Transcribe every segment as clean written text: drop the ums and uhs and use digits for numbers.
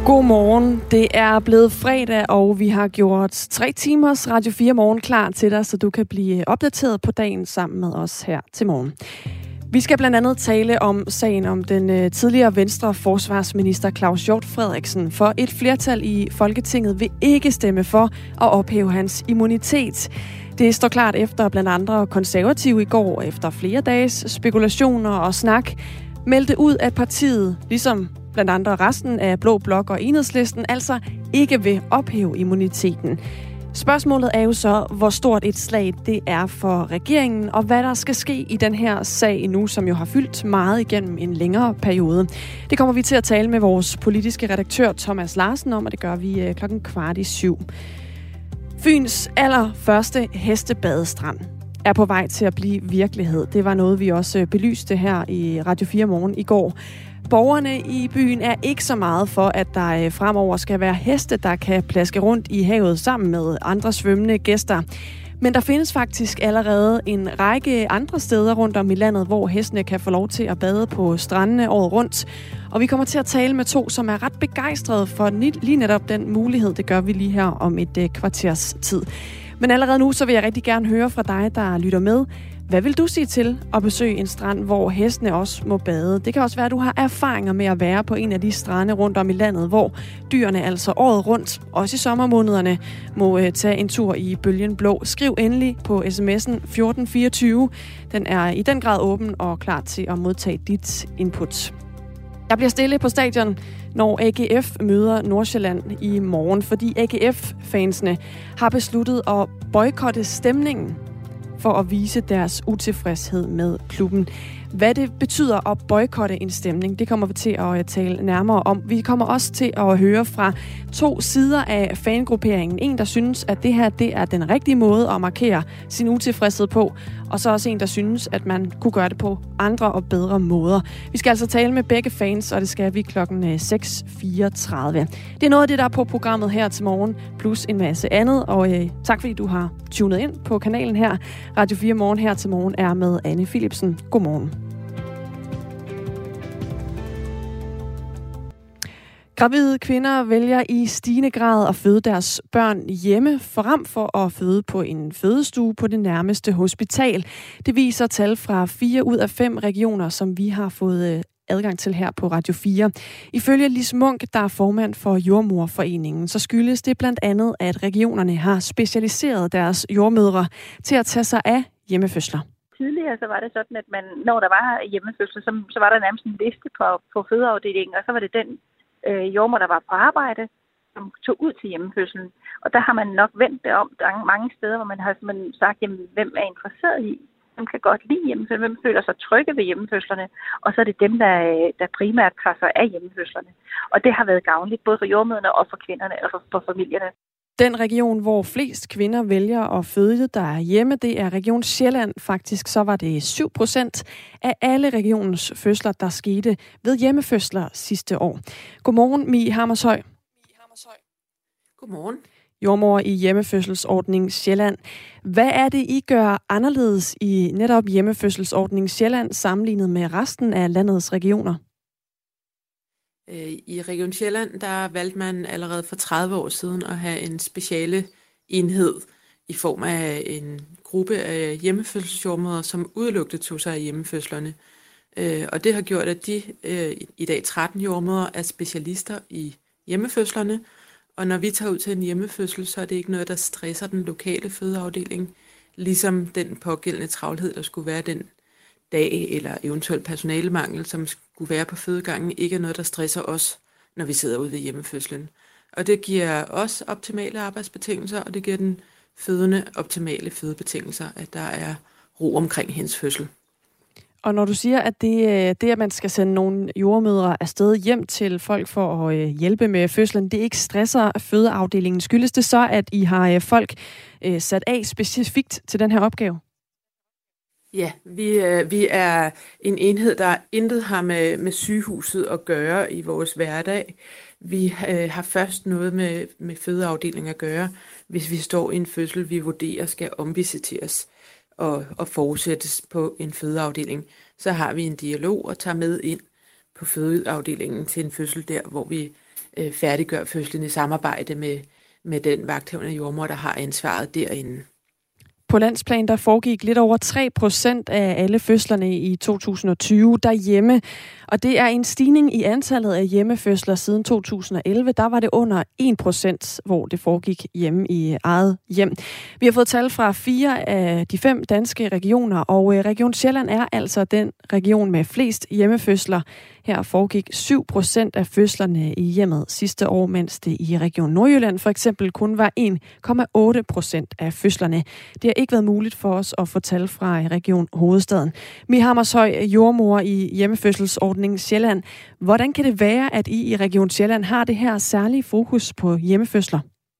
Godmorgen. Det er blevet fredag, og vi har gjort 3 timers Radio 4 Morgen klar til dig, så du kan blive opdateret på dagen sammen med os her til morgen. Vi skal blandt andet tale om sagen om den tidligere Venstre forsvarsminister Claus Hjort Frederiksen, for et flertal i Folketinget vil ikke stemme for at ophæve hans immunitet. Det står klart efter blandt andre konservative i går, efter flere dages spekulationer og snak, meldte ud, at partiet, ligesom blandt andre resten af Blå Blok og Enhedslisten, altså ikke vil ophæve immuniteten. Spørgsmålet er jo så, hvor stort et slag det er for regeringen, og hvad der skal ske i den her sag nu, som jo har fyldt meget igennem en længere periode. Det kommer vi til at tale med vores politiske redaktør Thomas Larsen om, og det gør vi 6:15. Fyns allerførste hestebadestrand er på vej til at blive virkelighed. Det var noget, vi også belyste her i Radio 4 Morgen i går. Borgerne i byen er ikke så meget for, at der fremover skal være heste, der kan plaske rundt i havet sammen med andre svømmende gæster. Men der findes faktisk allerede en række andre steder rundt om i landet, hvor hestene kan få lov til at bade på strandene året rundt. Og vi kommer til at tale med 2, som er ret begejstrede for lige netop den mulighed. Det gør vi lige her om et kvarters tid. Men allerede nu, så vil jeg rigtig gerne høre fra dig, der lytter med. Hvad vil du sige til at besøge en strand, hvor hestene også må bade? Det kan også være, at du har erfaringer med at være på en af de strande rundt om i landet, hvor dyrene altså året rundt, også i sommermånederne, må tage en tur i bølgen blå. Skriv endelig på sms'en 1424. Den er i den grad åben og klar til at modtage dit input. Jeg bliver stille på stadion, når AGF møder Nordsjælland i morgen, fordi AGF-fansene har besluttet at boykotte stemningen for at vise deres utilfredshed med klubben. Hvad det betyder at boykotte en stemning, det kommer vi til at tale nærmere om. Vi kommer også til at høre fra 2 sider af fangrupperingen. En, der synes, at det her det er den rigtige måde at markere sin utilfredshed på, og så også en, der synes, at man kunne gøre det på andre og bedre måder. Vi skal altså tale med begge fans, og det skal vi 6:34. Det er noget af det, der er på programmet her til morgen, plus en masse andet, og tak fordi du har tunet ind på kanalen her. Radio 4 Morgen her til morgen er med Anne Philipsen. Godmorgen. Gravide kvinder vælger i stigende grad at føde deres børn hjemme, frem for at føde på en fødestue på det nærmeste hospital. Det viser tal fra 4 ud af 5 regioner, som vi har fået adgang til her på Radio 4. Ifølge Lis Munk, der er formand for Jordemoderforeningen, så skyldes det blandt andet, at regionerne har specialiseret deres jordmødre til at tage sig af hjemmefødsler. Tidligere så var det sådan, at når der var hjemmefødsler, så var der nærmest en liste på fødeafdelingen, og så var det den jordmor, der var på arbejde, som tog ud til hjemmefødslen. Og der har man nok vendt det om. Der er mange steder, hvor man har sagt, jamen, hvem er interesseret i? Hvem kan godt lide hjemmefødslen? Hvem føler sig trygge ved hjemmefødslerne? Og så er det dem, der primært tager sig af hjemmefødslerne. Og det har været gavnligt, både for jordmødrene og for kvinderne og for familierne. Den region, hvor flest kvinder vælger at føde der hjemme, det er Region Sjælland. Faktisk så var det 7% af alle regionens fødsler, der skete ved hjemmefødsler sidste år. Godmorgen, Mie Hammershøj. Godmorgen. Jordmor i hjemmefødselsordning Sjælland. Hvad er det, I gør anderledes i netop hjemmefødselsordning Sjælland sammenlignet med resten af landets regioner? I Region Sjælland, der valgte man allerede for 30 år siden at have en speciale enhed i form af en gruppe af hjemmefødselsjordmødre, som udelukkende tog sig af hjemmefødslerne. Og det har gjort, at de i dag 13 jordmødre er specialister i hjemmefødslerne. Og når vi tager ud til en hjemmefødsel, så er det ikke noget, der stresser den lokale fødeafdeling, ligesom den pågældende travlhed, der skulle være den dag, eller eventuelt personalemangel, som skulle være på fødegangen, ikke er noget, der stresser os, når vi sidder ude ved hjemmefødslen. Og det giver os optimale arbejdsbetingelser, og det giver den fødende optimale fødebetingelser, at der er ro omkring hendes fødsel. Og når du siger, at det at man skal sende nogle jordemødre afsted hjem til folk for at hjælpe med fødslen, det ikke stresser fødeafdelingen. Skyldes det så, at I har folk sat af specifikt til den her opgave? Ja, vi er en enhed, der intet har med sygehuset at gøre i vores hverdag. Vi har først noget med fødeafdelingen at gøre, hvis vi står i en fødsel, vi vurderer skal omvisiteres og fortsættes på en fødeafdeling. Så har vi en dialog og tager med ind på fødeafdelingen til en fødsel der, hvor vi færdiggøre fødslen i samarbejde med den vagthavende jordmor, der har ansvaret derinde. På landsplan der foregik lidt over 3% af alle fødslerne i 2020 derhjemme, og det er en stigning i antallet af hjemmefødsler siden 2011. Der var det under 1%, hvor det foregik hjemme i eget hjem. Vi har fået tal fra 4 af de 5 danske regioner, og Region Sjælland er altså den region med flest hjemmefødsler. Her foregik 7% af fødslerne i hjemmet sidste år, mens det i Region Nordjylland for eksempel kun var 1,8% af fødslerne. Det har ikke været muligt for os at få tal fra Region Hovedstaden. Mi Hammershøj, jordmor i hjemmefødselsordningen Sjælland. Hvordan kan det være, at I i Region Sjælland har det her særlige fokus på hjemmefødsler?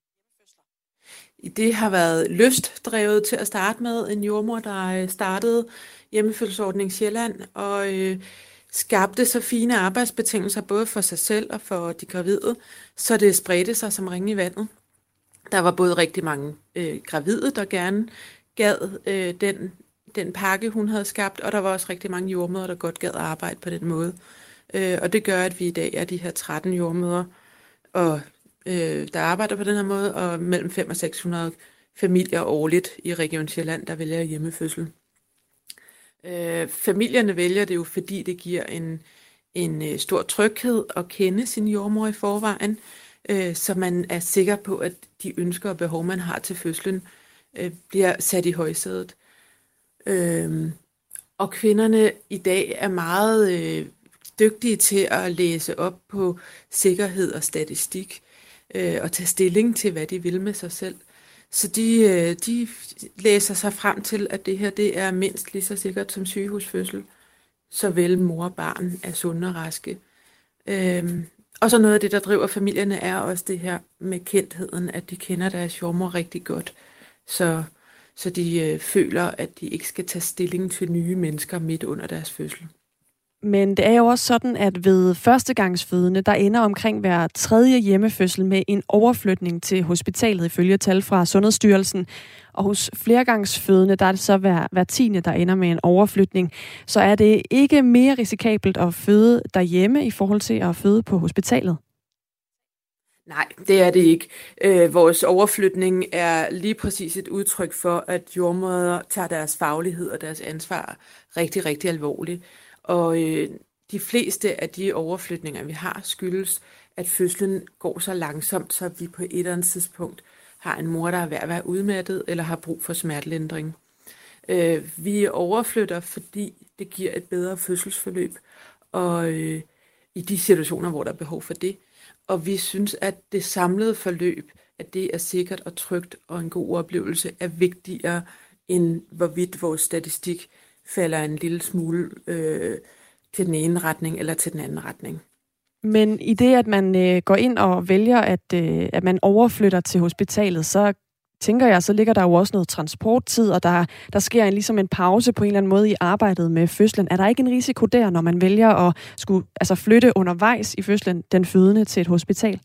Det har været lystdrevet til at starte med. En jordmor, der startede hjemmefødselsordningen Sjælland og skabte så fine arbejdsbetingelser både for sig selv og for de gravide, så det spredte sig som ringe i vandet. Der var både rigtig mange gravide, der gerne gad den pakke, hun havde skabt, og der var også rigtig mange jordmødre, der godt gad at arbejde på den måde. Og det gør, at vi i dag er de her 13 jordmødre, og der arbejder på den her måde, og mellem 500 og 600 familier årligt i Region Sjælland, der vælger hjemmefødsel. Familierne vælger det jo, fordi det giver en stor tryghed at kende sin jordmor i forvejen, så man er sikker på, at de ønsker og behov, man har til fødslen, bliver sat i højsædet. Og kvinderne i dag er meget dygtige til at læse op på sikkerhed og statistik, og tage stilling til, hvad de vil med sig selv. Så de læser sig frem til, at det her det er mindst lige så sikkert som sygehusfødsel, såvel mor og barn er sunde og raske. Og så noget af det, der driver familierne, er også det her med kendtheden, at de kender deres jordmor rigtig godt, så de føler, at de ikke skal tage stilling til nye mennesker midt under deres fødsel. Men det er jo også sådan, at ved førstegangsfødende, der ender omkring hver 3. hjemmefødsel med en overflytning til hospitalet ifølge tal fra Sundhedsstyrelsen. Og hos flergangsfødende, der er det så hver 10. der ender med en overflytning. Så er det ikke mere risikabelt at føde derhjemme i forhold til at føde på hospitalet? Nej, det er det ikke. Vores overflytning er lige præcis et udtryk for, at jordmødre tager deres faglighed og deres ansvar rigtig, rigtig alvorligt. Og de fleste af de overflytninger, vi har, skyldes, at fødslen går så langsomt, så vi på et eller andet tidspunkt har en mor, der er ved at være udmattet eller har brug for smertelindring. Vi overflytter, fordi det giver et bedre fødselsforløb, og i de situationer, hvor der er behov for det. Og vi synes, at det samlede forløb, at det er sikkert og trygt og en god oplevelse, er vigtigere end hvorvidt vores statistik falder en lille smule til den ene retning eller til den anden retning. Men i det, at man går ind og vælger, at man overflytter til hospitalet, så tænker jeg, så ligger der jo også noget transporttid, og der sker ligesom en pause på en eller anden måde i arbejdet med fødslen. Er der ikke en risiko der, når man vælger at skulle flytte undervejs i fødslen den fødende til et hospital?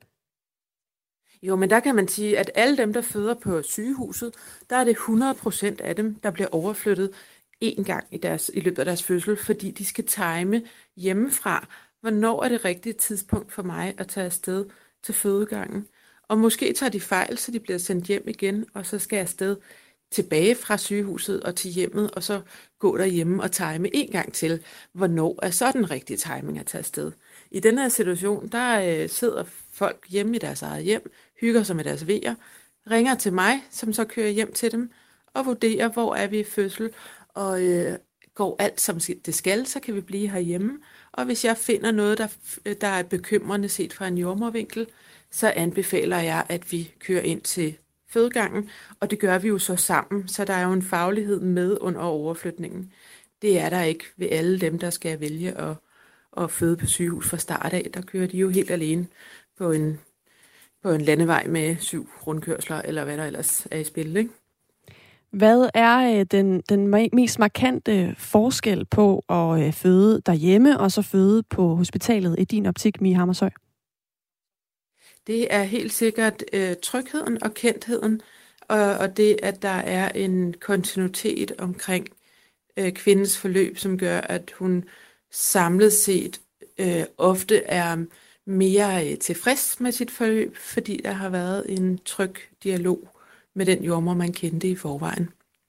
Jo, men der kan man sige, at alle dem, der føder på sygehuset, der er det 100% af dem, der bliver overflyttet en gang i løbet af deres fødsel, fordi de skal time hjemmefra, hvornår er det rigtige tidspunkt for mig at tage afsted til fødegangen. Og måske tager de fejl, så de bliver sendt hjem igen, og så skal jeg afsted tilbage fra sygehuset og til hjemmet, og så gå derhjemme og time en gang til, hvornår er så den rigtige timing at tage afsted. I den her situation, der sidder folk hjemme i deres eget hjem, hygger sig med deres vejer, ringer til mig, som så kører hjem til dem, og vurderer, hvor er vi i fødsel, og går alt som det skal, så kan vi blive herhjemme. Og hvis jeg finder noget, der er bekymrende set fra en jordmorvinkel, så anbefaler jeg, at vi kører ind til fødegangen, og det gør vi jo så sammen, så der er jo en faglighed med under overflytningen. Det er der ikke ved alle dem, der skal vælge at føde på sygehus fra start af. Der kører de jo helt alene på en landevej med 7 rundkørsler, eller hvad der ellers er i spil, ikke? Hvad er den mest markante forskel på at føde derhjemme og så føde på hospitalet i din optik, Mi Hammershøj? Det er helt sikkert trygheden og kendtheden, og det, at der er en kontinuitet omkring kvindens forløb, som gør, at hun samlet set ofte er mere tilfreds med sit forløb, fordi der har været en tryg dialog med den jordemoder, man kendte i forvejen.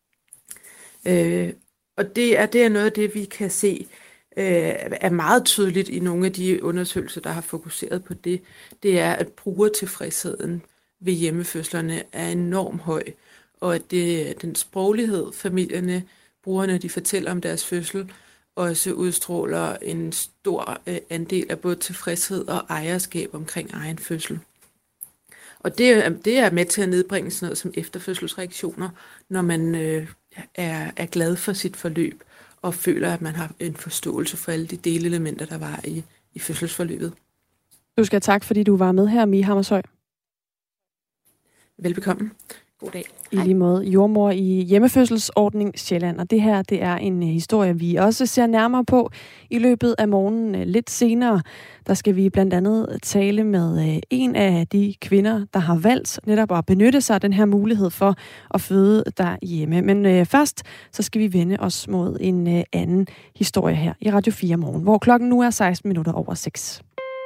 Og det er noget af det, vi kan se er meget tydeligt i nogle af de undersøgelser, der har fokuseret på det. Det er, at brugertilfredsheden ved hjemmefødslerne er enormt høj, og at den sproglighed, familierne bruger, når de fortæller om deres fødsel, også udstråler en stor andel af både tilfredshed og ejerskab omkring egen fødsel. Og det er med til at nedbringe sådan noget som efterfødselsreaktioner, når man er glad for sit forløb og føler, at man har en forståelse for alle de delelementer, der var i fødselsforløbet. Du skal have tak, fordi du var med her, Mie Hammershøi. Velbekomme. God dag. I lige måde jordmor i hjemmefødselsordning Sjælland. Og det her, det er en historie, vi også ser nærmere på i løbet af morgenen. Lidt senere, der skal vi blandt andet tale med en af de kvinder, der har valgt netop at benytte sig af den her mulighed for at føde derhjemme. Men først, så skal vi vende os mod en anden historie her i Radio 4 Morgen, hvor klokken nu er 16 minutter over 6.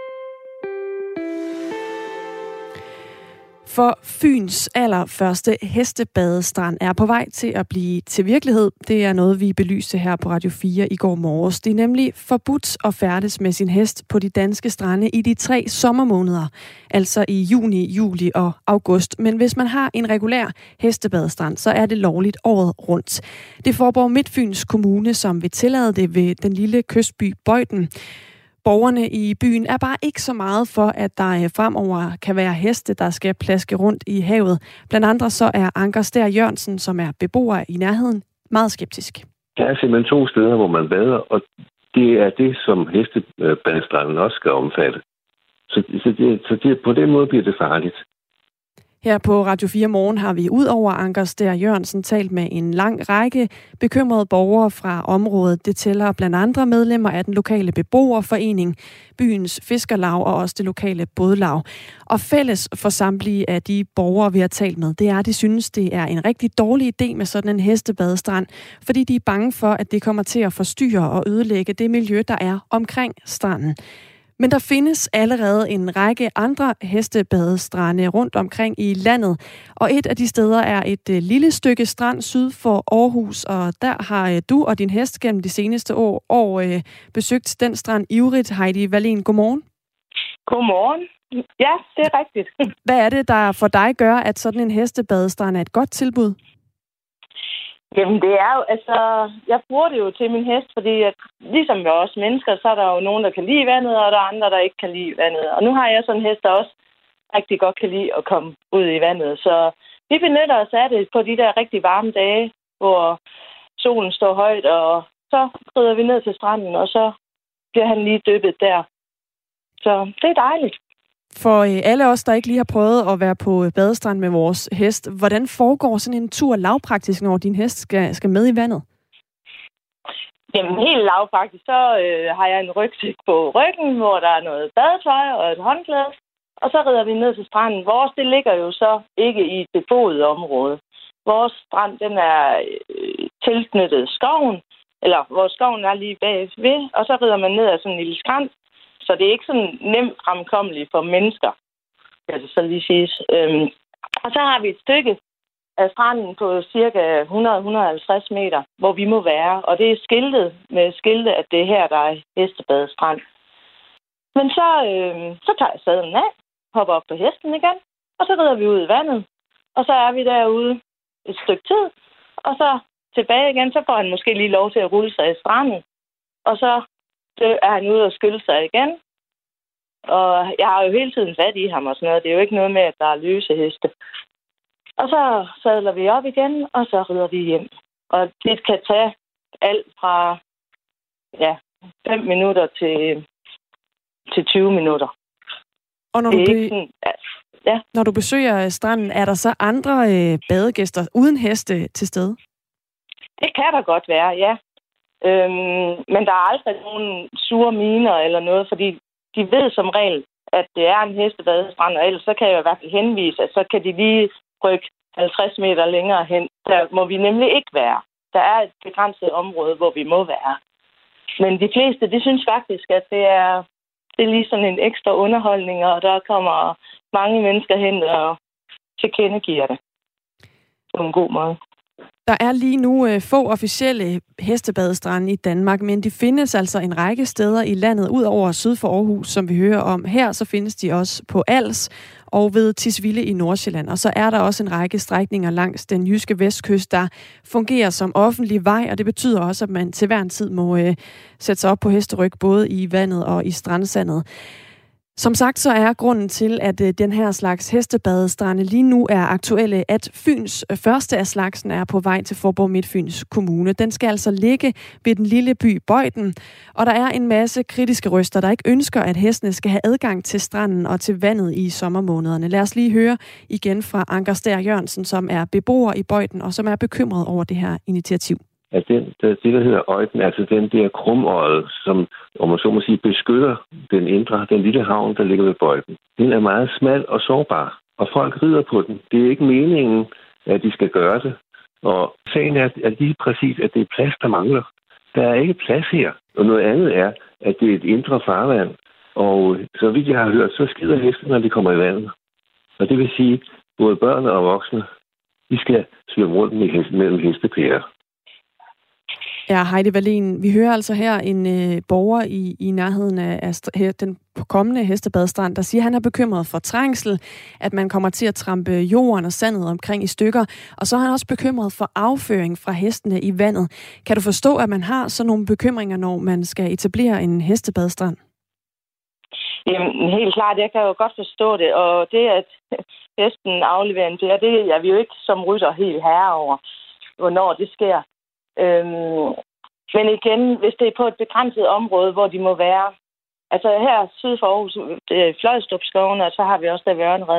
For Fyns allerførste hestebadestrand er på vej til at blive til virkelighed. Det er noget, vi belyste her på Radio 4 i går morges. Det er nemlig forbudt at færdes med sin hest på de danske strande i de 3 sommermåneder, altså i juni, juli og august. Men hvis man har en regulær hestebadestrand, så er det lovligt året rundt. Det foregår Midtfyns Kommune, som vil tillade det ved den lille kystby Bøjden. Borgerne i byen er bare ikke så meget for, at der fremover kan være heste, der skal plaske rundt i havet. Blandt andre så er Anker Stær Jørgensen, som er beboer i nærheden, meget skeptisk. Der er simpelthen 2 steder, hvor man bader, og det er det, som hestebadestranden også skal omfatte. Så på den måde bliver det farligt. Her på Radio 4 Morgen har vi ud over Anker Stær Jørgensen talt med en lang række bekymrede borgere fra området. Det tæller blandt andre medlemmer af den lokale beboerforening, byens fiskerlag og også det lokale bådlag. Og fælles for samtlige af de borgere, vi har talt med, det er, at de synes, det er en rigtig dårlig idé med sådan en hestebadestrand, fordi de er bange for, at det kommer til at forstyrre og ødelægge det miljø, der er omkring stranden. Men der findes allerede en række andre hestebadestrande rundt omkring i landet, og et af de steder er et lille stykke strand syd for Aarhus, og der har du og din hest gennem de seneste år besøgt den strand ivrigt. Heidi Wallin, godmorgen. Godmorgen. Ja, det er rigtigt. Hvad er det, der for dig gør, at sådan en hestebadestrand er et godt tilbud? Jamen det er jo, altså, jeg bruger det jo til min hest, fordi at, ligesom med os mennesker, så er der jo nogen, der kan lide vandet, og der er andre, der ikke kan lide vandet. Og nu har jeg sådan en hest, der også rigtig godt kan lide at komme ud i vandet. Så vi benytter os af det på de der rigtig varme dage, hvor solen står højt, og så skrider vi ned til stranden, og så bliver han lige dyppet der. Så det er dejligt. For alle os, der ikke lige har prøvet at være på badestrand med vores hest, hvordan foregår sådan en tur lavpraktisk, når din hest skal med i vandet? Jamen helt lavpraktisk, så har jeg en rygsæk på ryggen, hvor der er noget badetøj og et håndklæde, og så rider vi ned til stranden. Vores, det ligger jo så ikke i et beboet område. Vores strand, den er tilknyttet skoven, eller vores skoven er lige bagved, og så rider man ned ad sådan en lille skrænt. Så det er ikke sådan nemt fremkommeligt for mennesker, kan det så lige siges. Og så har vi et stykke af stranden på cirka 100-150 meter, hvor vi må være. Og det er skiltet med skilte, at det er her, der er hestebadestrand. Men så tager jeg sadlen af, hopper op på hesten igen, og så rider vi ud i vandet. Og så er vi derude et stykke tid, og så tilbage igen, så får han måske lige lov til at rulle sig i stranden. Og så er han ude og skylle sig igen. Og jeg har jo hele tiden fat i ham og sådan noget. Det er jo ikke noget med, at der er løse heste. Og så sadler vi op igen, og så rider vi hjem. Og det kan tage alt fra 5 minutter til 20 minutter. Og når du besøger stranden, er der så andre badegæster uden heste til stede? Det kan der godt være, ja. Men der er aldrig nogen sure miner eller noget, fordi de ved som regel, at det er en hestebadestrand, og ellers så kan jeg i hvert fald henvise, at så kan de lige rykke 50 meter længere hen. Der må vi nemlig ikke være. Der er et begrænset område, hvor vi må være. Men de fleste, de synes faktisk, at det det er lige sådan en ekstra underholdning, og der kommer mange mennesker hen og tilkendegiver det på en god måde. Der er lige nu få officielle hestebadestrande i Danmark, men de findes altså en række steder i landet, ud over syd for Aarhus, som vi hører om her, så findes de også på Als og ved Tisvilde i Nordsjælland. Og så er der også en række strækninger langs den jyske vestkyst, der fungerer som offentlig vej, og det betyder også, at man til hver en tid må sætte sig op på hesteryg, både i vandet og i strandsandet. Som sagt, så er grunden til, at den her slags hestebadestrande lige nu er aktuelle, at Fyns første af slagsen er på vej til Faaborg Midtfyns Kommune. Den skal altså ligge ved den lille by Bøjden, og der er en masse kritiske røster, der ikke ønsker, at hestene skal have adgang til stranden og til vandet i sommermånederne. Lad os lige høre igen fra Anker Stær Jørgensen, som er beboer i Bøjden og som er bekymret over det her initiativ. At det, der hedder Øjden, altså den der krumøje, som, om man så må sige, beskytter den lille havn, der ligger ved Bøjden. Den er meget smal og sårbar, og folk rider på den. Det er ikke meningen, at de skal gøre det. Og sagen er, at lige præcis, at det er plads, der mangler. Der er ikke plads her. Og noget andet er, at det er et indre farvand. Og så vidt jeg har hørt, så skider hesten, når de kommer i vandet. Og det vil sige, både børn og voksne, de skal svømme rundt mellem hestepærer. Ja, Heidi Wallin, vi hører altså her en borger i nærheden af den kommende hestebadestrand, der siger, at han er bekymret for trængsel, at man kommer til at trampe jorden og sandet omkring i stykker, og så er han også bekymret for afføring fra hestene i vandet. Kan du forstå, at man har sådan nogle bekymringer, når man skal etablere en hestebadestrand? Jamen, helt klart, jeg kan jo godt forstå det, og det, at hesten afleverer en det er vi jo ikke som rytter helt herre over, hvornår det sker. Men igen, hvis det er på et begrænset område, hvor de må være, altså her syd for Aarhus, Fløjstrup-skoven, og så har vi også der ved Ørnered,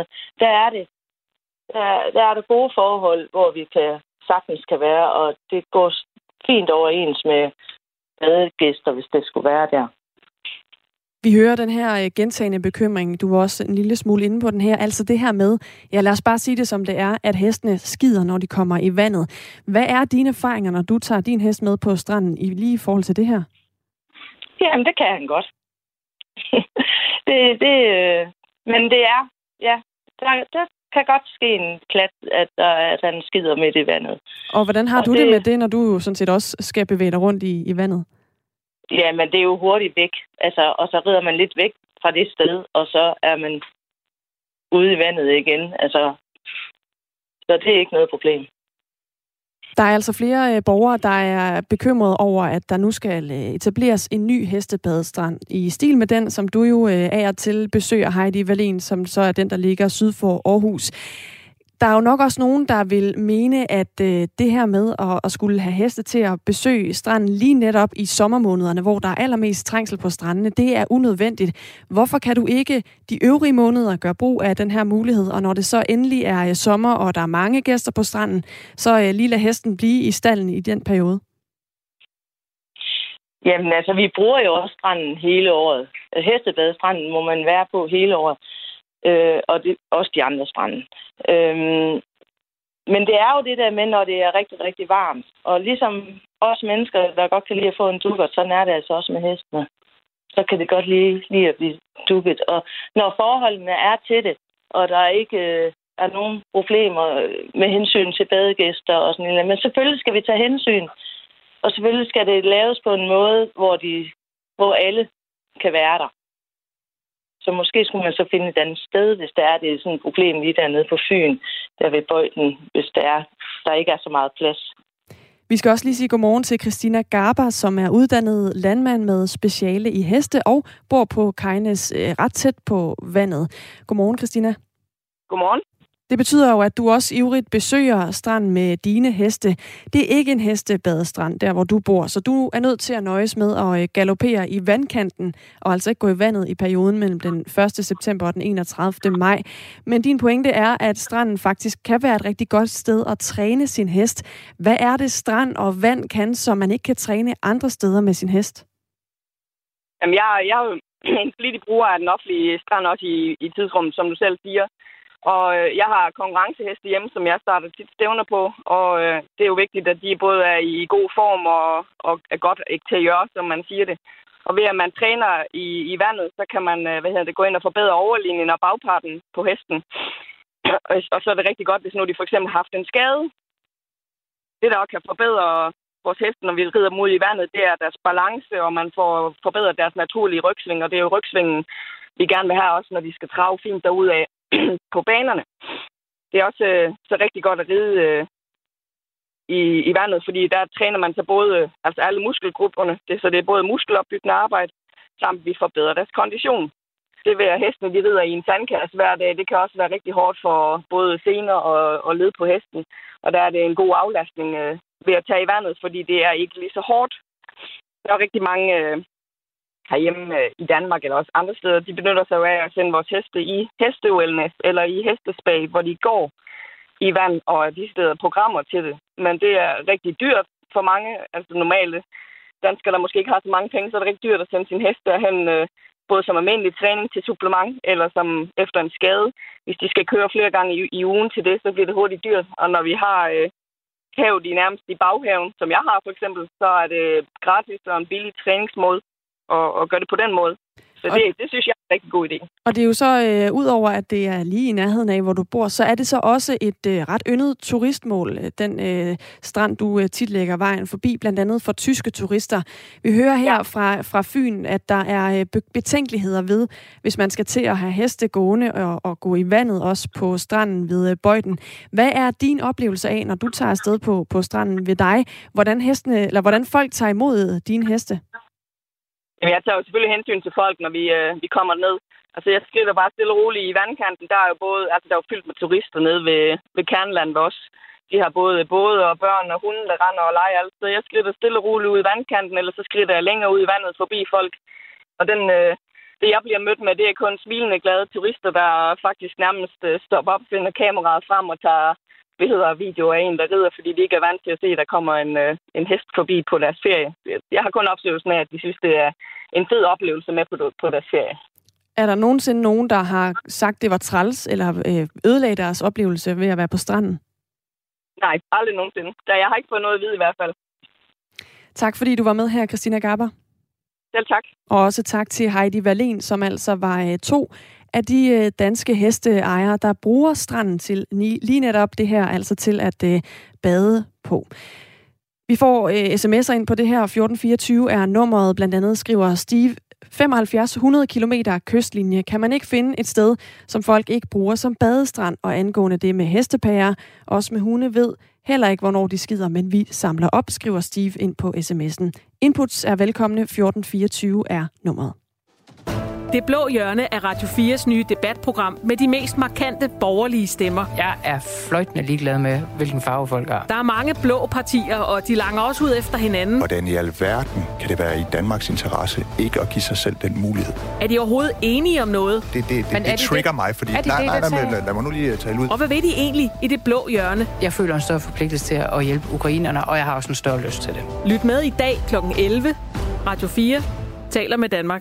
der er der gode forhold, hvor vi sagtens kan være, og det går fint overens med badegæster, hvis det skulle være der. Vi hører den her gentagende bekymring, du var også en lille smule inde på den her, altså det her med, ja lad os bare sige det som det er, at hestene skider, når de kommer i vandet. Hvad er dine erfaringer, når du tager din hest med på stranden, lige i forhold til det her? Jamen, det kan han godt. Men det er, ja, der kan godt ske en klat, at han skider midt i vandet. Og hvordan har du det med det, når du sådan set også skal bevæge dig rundt i vandet? Ja, men det er jo hurtigt væk. Altså, og så rider man lidt væk fra det sted, og så er man ude i vandet igen. Altså, så det er ikke noget problem. Der er altså flere borgere, der er bekymrede over, at der nu skal etableres en ny hestebadestrand i stil med den, som du jo af og til besøger, Heidi Wallin, som så er den, der ligger syd for Aarhus. Der er jo nok også nogen, der vil mene, at det her med at skulle have heste til at besøge stranden lige netop i sommermånederne, hvor der er allermest trængsel på strandene, det er unødvendigt. Hvorfor kan du ikke de øvrige måneder gøre brug af den her mulighed, og når det så endelig er sommer, og der er mange gæster på stranden, så lige lade hesten blive i stalden i den periode? Jamen altså, vi bruger jo også stranden hele året. Hestebadestranden må man være på hele året. Og det, også de andre strande. Men det er jo det der med, når det er rigtig, rigtig varmt. Og ligesom os mennesker, der godt kan lide at få en dukkert, sådan er det altså også med hestene. Så kan det godt lide at blive dukket. Og når forholdene er til det, og der ikke er nogen problemer med hensyn til badegæster og sådan noget, men selvfølgelig skal vi tage hensyn. Og selvfølgelig skal det laves på en måde, hvor alle kan være der. Så måske skulle man så finde et andet sted, hvis det er sådan et problem lige dernede på Fyn, der ved Bøjden, hvis der ikke er så meget plads. Vi skal også lige sige godmorgen til Christina Garber, som er uddannet landmand med speciale i heste og bor på Kajnes ret tæt på vandet. Godmorgen, Christina. Godmorgen. Det betyder jo, at du også ivrigt besøger stranden med dine heste. Det er ikke en hestebadestrand, der hvor du bor, så du er nødt til at nøjes med at galopere i vandkanten, og altså ikke gå i vandet i perioden mellem den 1. september og den 31. maj. Men din pointe er, at stranden faktisk kan være et rigtig godt sted at træne sin hest. Hvad er det, strand og vand kan, som man ikke kan træne andre steder med sin hest? Jamen, jeg er jo en flittig bruger af den offentlige strand også i tidsrummet, som du selv siger. Og jeg har konkurrenceheste hjemme, som jeg starter tit stævner på, og det er jo vigtigt, at de både er i god form og er godt til at gøre, som man siger det. Og ved at man træner i vandet, så kan man gå ind og forbedre overlinjen og bagparten på hesten. Og så er det rigtig godt, hvis nu de for eksempel har haft en skade. Det, der også kan forbedre vores heste, når vi rider dem ud i vandet, det er deres balance, og man får forbedret deres naturlige rygsving. Og det er jo rygsvingen, vi gerne vil have også, når de skal trave fint derudad på banerne. Det er også så rigtig godt at ride i vandet, fordi der træner man så både alle muskelgrupperne, så det er både muskelopbyggende arbejde, samt vi forbedrer deres kondition. Det ved at hestene, de rider i en sandkasse hver dag, det kan også være rigtig hårdt for både sener og led på hesten. Og der er det en god aflastning ved at tage i vandet, fordi det er ikke lige så hårdt. Der er rigtig mange herhjemme i Danmark eller også andre steder, de benytter sig af at sende vores heste i heste-wellness eller i hestespag, hvor de går i vand og de steder programmer til det. Men det er rigtig dyrt for mange, altså normale danskere, der måske ikke har så mange penge, så er det rigtig dyrt at sende sin heste hen, både som almindelig træning til supplement, eller som efter en skade. Hvis de skal køre flere gange i ugen til det, så bliver det hurtigt dyrt. Og når vi har havet nærmest i baghaven, som jeg har for eksempel, så er det gratis og en billig træningsmåde at gøre det på den måde. Så det synes jeg er en rigtig god idé. Og det er jo så, udover at det er lige i nærheden af, hvor du bor, så er det så også et ret yndet turistmål, den strand, du tit lægger vejen forbi, blandt andet for tyske turister. Vi hører her fra Fyn, at der er betænkeligheder ved, hvis man skal til at have heste gående og gå i vandet også på stranden ved Bøjden. Hvad er din oplevelse af, når du tager afsted på stranden ved dig? Hvordan folk tager imod dine heste? Jamen, jeg tager jo selvfølgelig hensyn til folk, når vi kommer ned. Altså, jeg skrider bare stille og roligt i vandkanten. Der er jo der er jo fyldt med turister nede ved Kernlandet også. De har både og børn og hunde, der render og leger alt. Så jeg skrider stille og roligt ud i vandkanten, eller så skrider jeg længere ud i vandet forbi folk. Og det, jeg bliver mødt med, det er kun smilende, glade turister, der faktisk nærmest stopper op, finder kameraet frem og tager billeder og videoer af en, der rider, fordi de ikke er vant til at se, at der kommer en hest forbi på deres ferie. Jeg har kun oplevelsen af, at de synes, det er en fed oplevelse med på deres ferie. Er der nogensinde nogen, der har sagt, det var træls, eller ødelagde deres oplevelse ved at være på stranden? Nej, aldrig nogensinde. Jeg har ikke fået noget at vide i hvert fald. Tak fordi du var med her, Christina Garber. Selv tak. Og også tak til Heidi Wallén, som altså var 2 af de danske hesteejere, der bruger stranden til lige netop det her, altså til at bade på. Vi får sms'er ind på det her. 1424 er nummeret, blandt andet skriver Steve. 75-100 kilometer kystlinje kan man ikke finde et sted, som folk ikke bruger som badestrand, og angående det med hestepærer, også med hunde, ved heller ikke, hvornår de skider, men vi samler op, skriver Steve ind på sms'en. Inputs er velkomne. 1424 er nummeret. Det blå hjørne er Radio 4's nye debatprogram med de mest markante borgerlige stemmer. Jeg er fløjtende ligeglad med, hvilken farve folk har. Der er mange blå partier, og de langer også ud efter hinanden. Hvordan i alverden kan det være i Danmarks interesse ikke at give sig selv den mulighed? Er de overhovedet enige om noget? Det trigger mig, fordi lad mig nu lige tale ud. Og hvad ved de egentlig i det blå hjørne? Jeg føler en større forpligtelse til at hjælpe ukrainerne, og jeg har også en større lyst til det. Lyt med i dag kl. 11. Radio 4 taler med Danmark.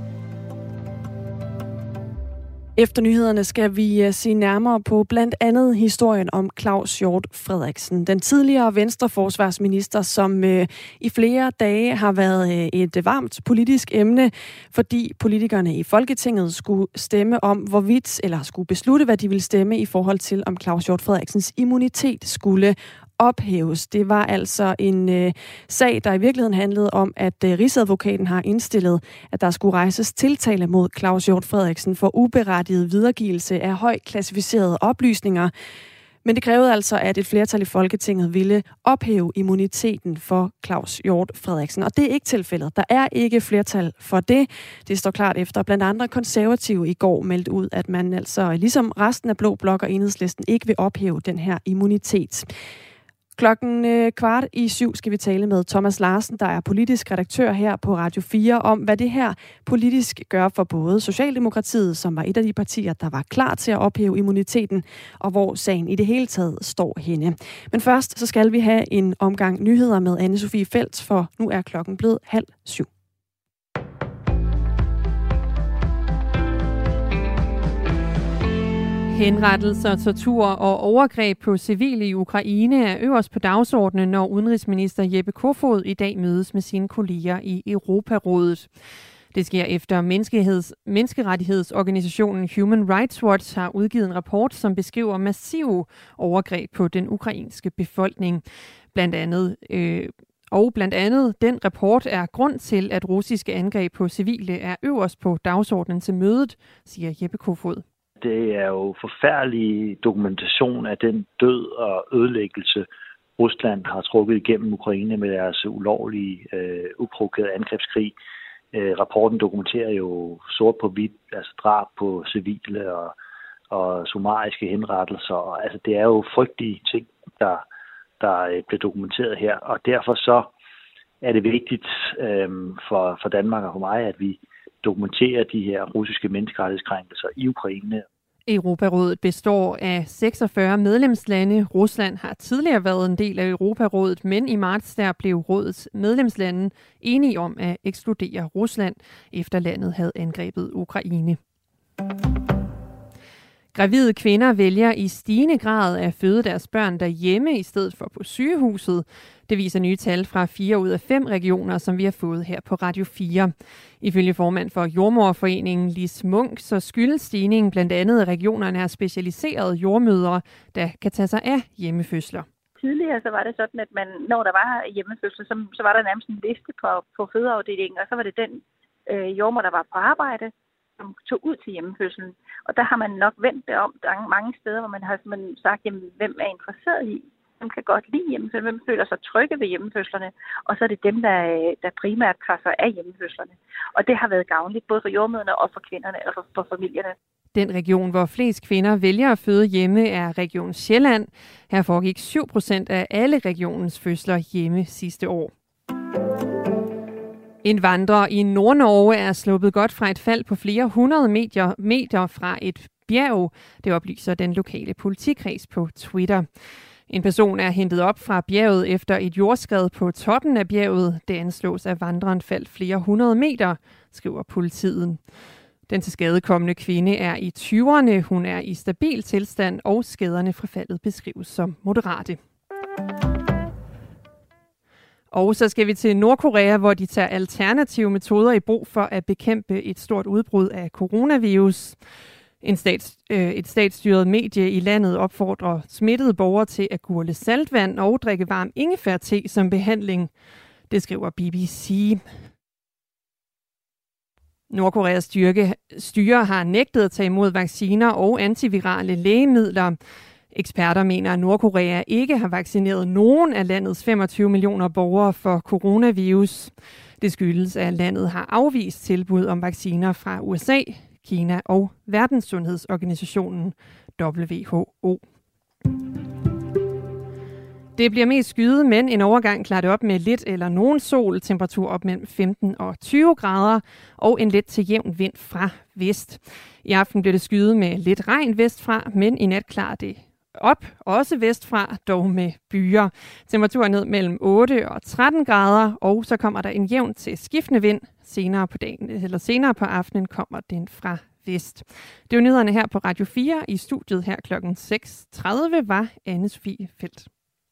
Efter nyhederne skal vi se nærmere på blandt andet historien om Claus Hjort Frederiksen. Den tidligere Venstre-forsvarsminister, som i flere dage har været et varmt politisk emne, fordi politikerne i Folketinget skulle stemme om hvorvidt, eller skulle beslutte, hvad de ville stemme i forhold til, om Claus Hjort Frederiksens immunitet skulle ophæves. Det var altså en sag, der i virkeligheden handlede om, at Rigsadvokaten har indstillet, at der skulle rejses tiltale mod Claus Hjort Frederiksen for uberettiget videregivelse af højt klassificerede oplysninger. Men det krævede altså, at et flertal i Folketinget ville ophæve immuniteten for Claus Hjort Frederiksen. Og det er ikke tilfældet. Der er ikke flertal for det. Det står klart efter blandt andre konservative i går meldte ud, at man altså ligesom resten af Blå Blok og Enhedslisten ikke vil ophæve den her immunitet. 6:15 skal vi tale med Thomas Larsen, der er politisk redaktør her på Radio 4, om hvad det her politisk gør for både Socialdemokratiet, som var et af de partier, der var klar til at ophæve immuniteten, og hvor sagen i det hele taget står henne. Men først så skal vi have en omgang nyheder med Anne-Sophie Feldt, for nu er klokken blevet 6:30. Henrettelser, tortur og overgreb på civile i Ukraine er øverst på dagsordenen, når udenrigsminister Jeppe Kofod i dag mødes med sine kolleger i Europarådet. Det sker efter menneskerettighedsorganisationen Human Rights Watch har udgivet en rapport, som beskriver massive overgreb på den ukrainske befolkning. Blandt andet den rapport er grund til, at russiske angreb på civile er øverst på dagsordenen til mødet, siger Jeppe Kofod. Det er jo forfærdelig dokumentation af den død og ødelæggelse, Rusland har trukket igennem Ukraine med deres ulovlige, uprovokerede angrebskrig. Rapporten dokumenterer jo sort på hvidt, altså drab på civile og summariske henrettelser. Altså det er jo frygtelige ting, der bliver dokumenteret her, og derfor så er det vigtigt for Danmark og for mig, at vi dokumenterer de her russiske menneskerettighedskrænkelser i Ukraine. Europarådet består af 46 medlemslande. Rusland har tidligere været en del af Europarådet, men i marts der blev rådets medlemslande enige om at ekskludere Rusland, efter landet havde angrebet Ukraine. Gravide kvinder vælger i stigende grad at føde deres børn derhjemme i stedet for på sygehuset. Det viser nye tal fra 4 ud af 5 regioner, som vi har fået her på Radio 4. Ifølge formand for Jordemoderforeningen Lis Munk, så skyldes stigningen blandt andet, at regionerne har specialiserede jordmødre, der kan tage sig af hjemmefødsler. Tidligere så var det sådan, at når der var hjemmefødsler, så var der nærmest en liste på fødeafdelingen, og så var det den jordmor, der var på arbejde, som tog ud til hjemmefødslen. Og der har man nok vendt det om. Der er mange steder, hvor man har sagt, jamen, hvem er interesseret i? Hvem kan godt lide hjemmefødsler? Hvem føler sig trygge ved hjemmefødslerne? Og så er det dem, der primært tager sig af hjemmefødslerne. Og det har været gavnligt både for jordmødrene og for kvinderne og for familierne. Den region, hvor flest kvinder vælger at føde hjemme, er Region Sjælland. Her foregik 7% af alle regionens fødsler hjemme sidste år. En vandrer i Nord-Norge er sluppet godt fra et fald på flere 100 meter fra et bjerg. Det oplyser den lokale politikreds på Twitter. En person er hentet op fra bjerget efter et jordskred på toppen af bjerget. Det anslås, at vandreren faldt flere 100 meter, skriver politiet. Den tilskadekomne kvinde er i 20'erne. Hun er i stabil tilstand, og skaderne fra faldet beskrives som moderate. Og så skal vi til Nordkorea, hvor de tager alternative metoder i brug for at bekæmpe et stort udbrud af coronavirus. Et statsstyret medie i landet opfordrer smittede borgere til at gurgle saltvand og drikke varm ingefærte som behandling. Det skriver BBC. Nordkoreas styre har nægtet at tage imod vacciner og antivirale lægemidler. Eksperter mener, at Nordkorea ikke har vaccineret nogen af landets 25 millioner borgere for coronavirus. Det skyldes, at landet har afvist tilbud om vacciner fra USA, Kina og Verdenssundhedsorganisationen WHO. Det bliver mest skyet, men en overgang klarer det op med lidt eller nogen sol, temperatur op mellem 15 og 20 grader og en let til jævn vind fra vest. I aften bliver det skyet med lidt regn vestfra, men i nat klarer det op, også vestfra, dog med byer. Temperaturen ned mellem 8 og 13 grader, og så kommer der en jævn til skiftende vind. Senere på aftenen kommer den fra vest. Det var nyhederne her på Radio 4. I studiet her kl. 6.30 var Anne-Sophie Feldt.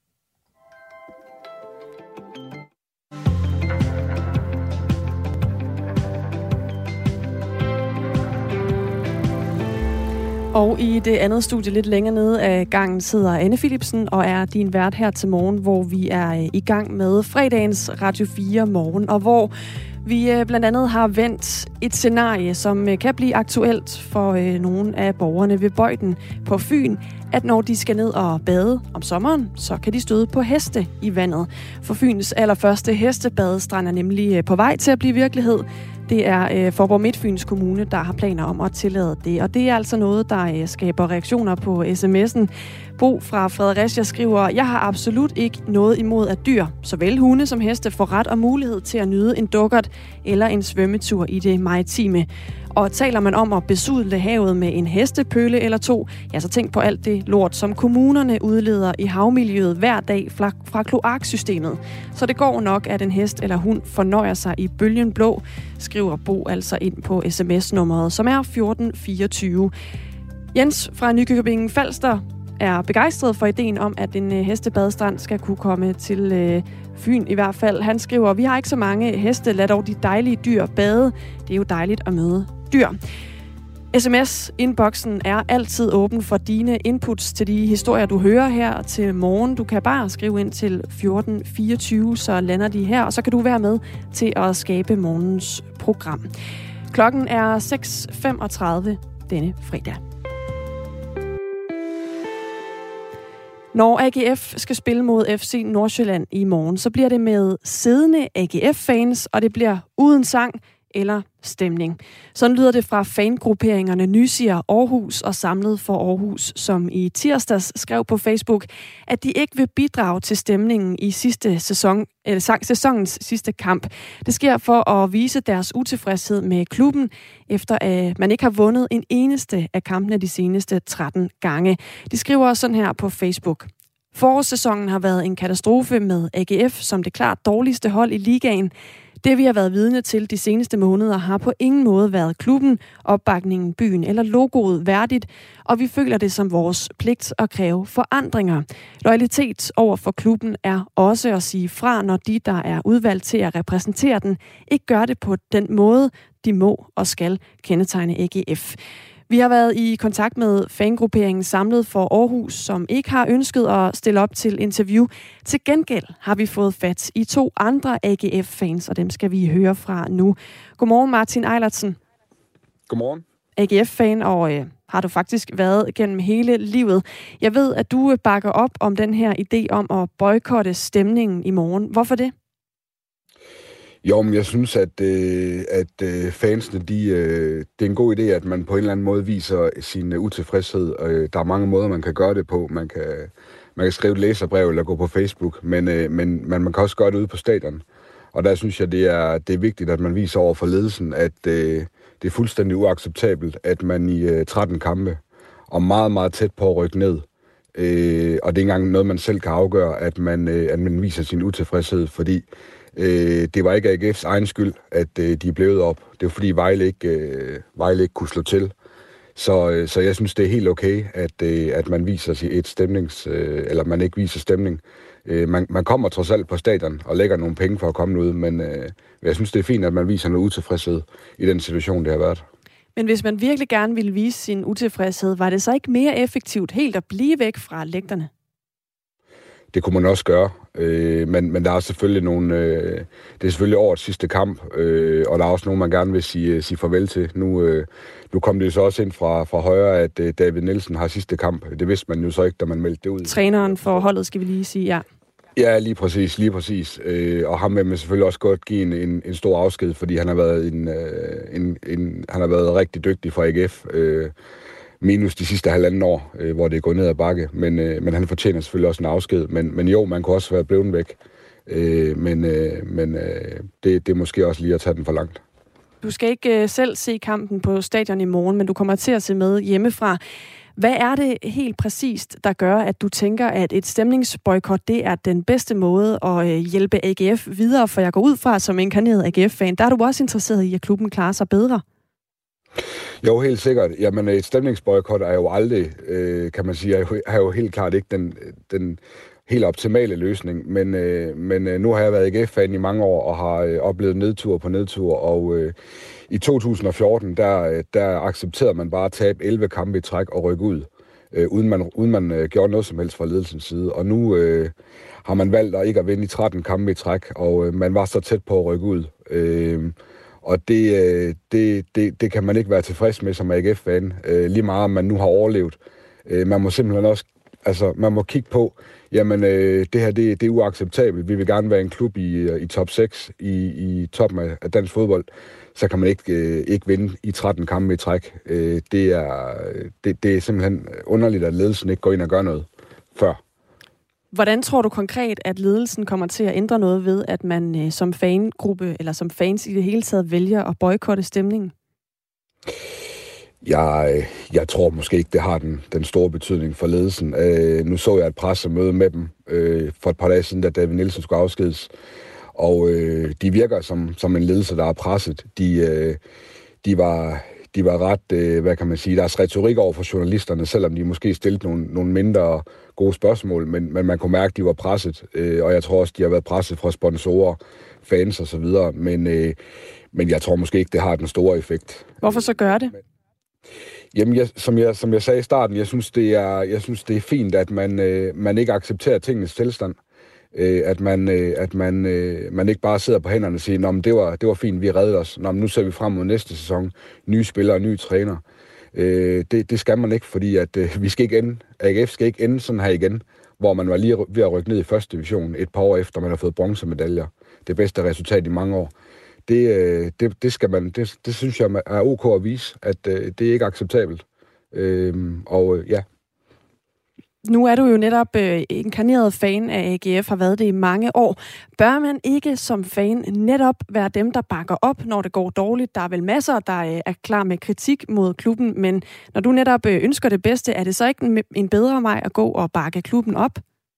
Og i det andet studie lidt længere nede af gangen sidder Anne Philipsen og er din vært her til morgen, hvor vi er i gang med fredagens Radio 4 morgen, og hvor vi blandt andet har vendt et scenarie, som kan blive aktuelt for nogle af borgerne ved Bøjden på Fyn, at når de skal ned og bade om sommeren, så kan de støde på heste i vandet. For Fyns allerførste hestebadestrand er nemlig på vej til at blive virkelighed. Det er Faaborg Midtfyns Kommune, der har planer om at tillade det. Og det er altså noget, der skaber reaktioner på sms'en. Bo fra Fredericia skriver, jeg har absolut ikke noget imod, at dyr, såvel hunde som heste, får ret og mulighed til at nyde en dukkert eller en svømmetur i det maritime. Og taler man om at besudle havet med en hestepøle eller to, ja, så tænk på alt det lort, som kommunerne udleder i havmiljøet hver dag fra kloaksystemet. Så det går nok, at en hest eller hund fornøjer sig i bølgen blå, skriver Bo altså ind på sms-nummeret, som er 1424. Jens fra Nykøbing Falster er begejstret for ideen om, at en hestebadestrand skal kunne komme til Fyn i hvert fald. Han skriver, vi har ikke så mange heste, lad dog de dejlige dyr bade. Det er jo dejligt at møde dyr. SMS-inboxen er altid åben for dine inputs til de historier, du hører her til morgen. Du kan bare skrive ind til 1424, så lander de her, og så kan du være med til at skabe morgens program. Klokken er 6.35 denne fredag. Når AGF skal spille mod FC Nordsjælland i morgen, så bliver det med siddende AGF-fans, og det bliver uden sang eller stemning. Sådan lyder det fra fangrupperingerne Nysier Aarhus og Samlet for Aarhus, som i tirsdags skrev på Facebook, at de ikke vil bidrage til stemningen i sæsonens sidste kamp. Det sker for at vise deres utilfredshed med klubben, efter at man ikke har vundet en eneste af kampene de seneste 13 gange. De skriver sådan her på Facebook. Forårssæsonen har været en katastrofe med AGF som det klart dårligste hold i ligaen. Det, vi har været vidne til de seneste måneder, har på ingen måde været klubben, opbakningen, byen eller logoet værdigt, og vi føler det som vores pligt at kræve forandringer. Loyalitet over for klubben er også at sige fra, når de, der er udvalgt til at repræsentere den, ikke gør det på den måde, de må og skal kendetegne AGF. Vi har været i kontakt med fangrupperingen Samlet for Aarhus, som ikke har ønsket at stille op til interview. Til gengæld har vi fået fat i 2 andre AGF-fans, og dem skal vi høre fra nu. Godmorgen, Martin Eilertsen. Godmorgen. AGF-fan, og har du faktisk været gennem hele livet. Jeg ved, at du bakker op om den her idé om at boykotte stemningen i morgen. Hvorfor det? Jo, men jeg synes, at fansene, det er en god idé, at man på en eller anden måde viser sin utilfredshed. Der er mange måder, man kan gøre det på. Man kan skrive et læserbrev eller gå på Facebook, men man kan også gøre det ude på stadion. Og der synes jeg, det er vigtigt, at man viser over for ledelsen, at det er fuldstændig uacceptabelt, at man i 13 kampe og meget, meget tæt på at rykke ned. Og det er ikke engang noget, man selv kan afgøre, at man viser sin utilfredshed, fordi det var ikke AGF's egen skyld, at de blev op. Det var fordi Vejle ikke kunne slå til. Så jeg synes, det er helt okay, at man viser et eller man ikke viser stemning. Man kommer trods alt på stadion og lægger nogle penge for at komme ud, men jeg synes, det er fint, at man viser noget utilfredshed i den situation, det har været. Men hvis man virkelig gerne ville vise sin utilfredshed, var det så ikke mere effektivt helt at blive væk fra lægterne? Det kunne man også gøre, men der er selvfølgelig det er selvfølgelig årets sidste kamp, og der er også nogen, man gerne vil sige farvel til. Nu kom det jo så også ind fra højre, at David Nielsen har sidste kamp. Det vidste man jo så ikke, da man meldte det ud. Træneren for holdet, skal vi lige sige, ja. Ja, lige præcis. Og ham vil man selvfølgelig også godt give en stor afsked, fordi han har været han har været rigtig dygtig for AGF. Minus de sidste 1,5 år, hvor det er gået ned ad bakke. Men han fortjener selvfølgelig også en afsked. Men jo, man kunne også være blevet væk. Det er måske også lige at tage den for langt. Du skal ikke selv se kampen på stadion i morgen, men du kommer til at se med hjemmefra. Hvad er det helt præcist, der gør, at du tænker, at et stemningsboykot, det er den bedste måde at hjælpe AGF videre? For jeg går ud fra, som inkarneret AGF-fan, der er du også interesseret i, at klubben klarer sig bedre. Jo, helt sikkert. Jamen, et stemningsboykot er jo aldrig, kan man sige, er jo helt klart ikke den helt optimale løsning. Men nu har jeg været AGF-fan i mange år og har oplevet nedtur på nedtur. Og i 2014, der accepterede man bare at tabe 11 kampe i træk og rykke ud, uden man gjorde noget som helst fra ledelsens side. Og nu har man valgt at ikke at vinde i 13 kampe i træk, og man var så tæt på at rykke ud. Og det kan man ikke være tilfreds med som AGF-fan, lige meget om man nu har overlevet. Man må simpelthen også, man må kigge på, jamen det her det er uacceptabelt. Vi vil gerne være en klub i top 6, i toppen af dansk fodbold. Så kan man ikke vinde i 13 kampe i træk. Det er simpelthen underligt, at ledelsen ikke går ind og gør noget før. Hvordan tror du konkret, at ledelsen kommer til at ændre noget ved, at man som fangruppe eller som fans i det hele taget vælger at boykotte stemningen? Jeg tror måske ikke, det har den store betydning for ledelsen. Nu så jeg et pressemøde med dem for et par dage siden, da David Nielsen skulle afskedes. Og de virker som en ledelse, der er presset. De de var ret, hvad kan man sige, deres retorik over for journalisterne, selvom de måske stillede nogle mindre gode spørgsmål, men man kunne mærke, at de var presset, og jeg tror også, de har været presset fra sponsorer, fans og så videre, men jeg tror måske ikke, det har den store effekt. Hvorfor så gør det? Jamen, som jeg sagde i starten, jeg synes, det er fint, at man ikke accepterer tingenes tilstand. At man ikke bare sidder på hænderne og siger, men det var fint, vi reddede os. Nu ser vi frem mod næste sæson. Nye spillere, nye træner. Det skal man ikke, fordi at vi skal ikke ende. AGF skal ikke ende sådan her igen, hvor man var lige ved at rykke ned i første division et par år efter, man har fået bronzemedaljer. Det bedste resultat i mange år. Det skal man. Det synes jeg er ok at vise, at det er ikke acceptabelt. Ja. Nu er du jo netop inkarneret fan af AGF, har været det i mange år. Bør man ikke som fan netop være dem, der bakker op, når det går dårligt? Der er vel masser, der er klar med kritik mod klubben, men når du netop ønsker det bedste, er det så ikke en bedre vej at gå og bakke klubben op?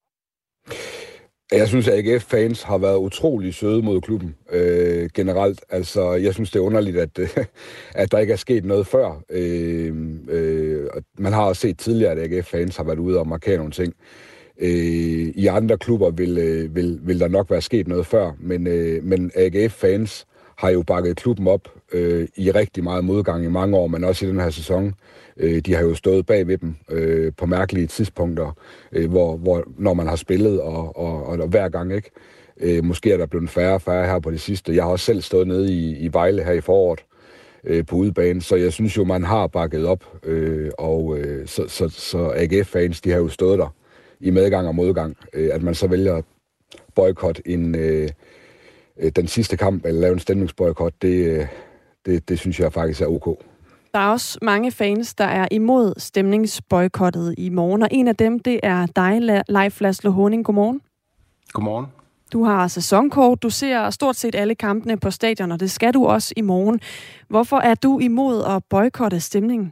Jeg synes, at AGF-fans har været utrolig søde mod klubben generelt. Altså, jeg synes, det er underligt, at der ikke er sket noget før. Man har også set tidligere, at AGF-fans har været ude og markere nogle ting. I andre klubber vil der nok være sket noget før, men AGF-fans har jo bakket klubben op i rigtig meget modgang i mange år, men også i den her sæson. De har jo stået bag ved dem på mærkelige tidspunkter, hvor når man har spillet, og hver gang ikke. Måske er der blevet færre her på det sidste. Jeg har også selv stået nede i Vejle her i foråret på udebane, så jeg synes jo, man har bakket op. Så AGF-fans, de har jo stået der i medgang og modgang. At man så vælger at boykotte den sidste kamp, eller lave en stemningsboykot, det synes jeg faktisk er ok. Der er også mange fans, der er imod stemningsboykottet i morgen, og en af dem, det er dig, Leif Laszlo Horning. Godmorgen. Godmorgen. Du har sæsonkort, du ser stort set alle kampene på stadion, og det skal du også i morgen. Hvorfor er du imod at boykotte stemningen?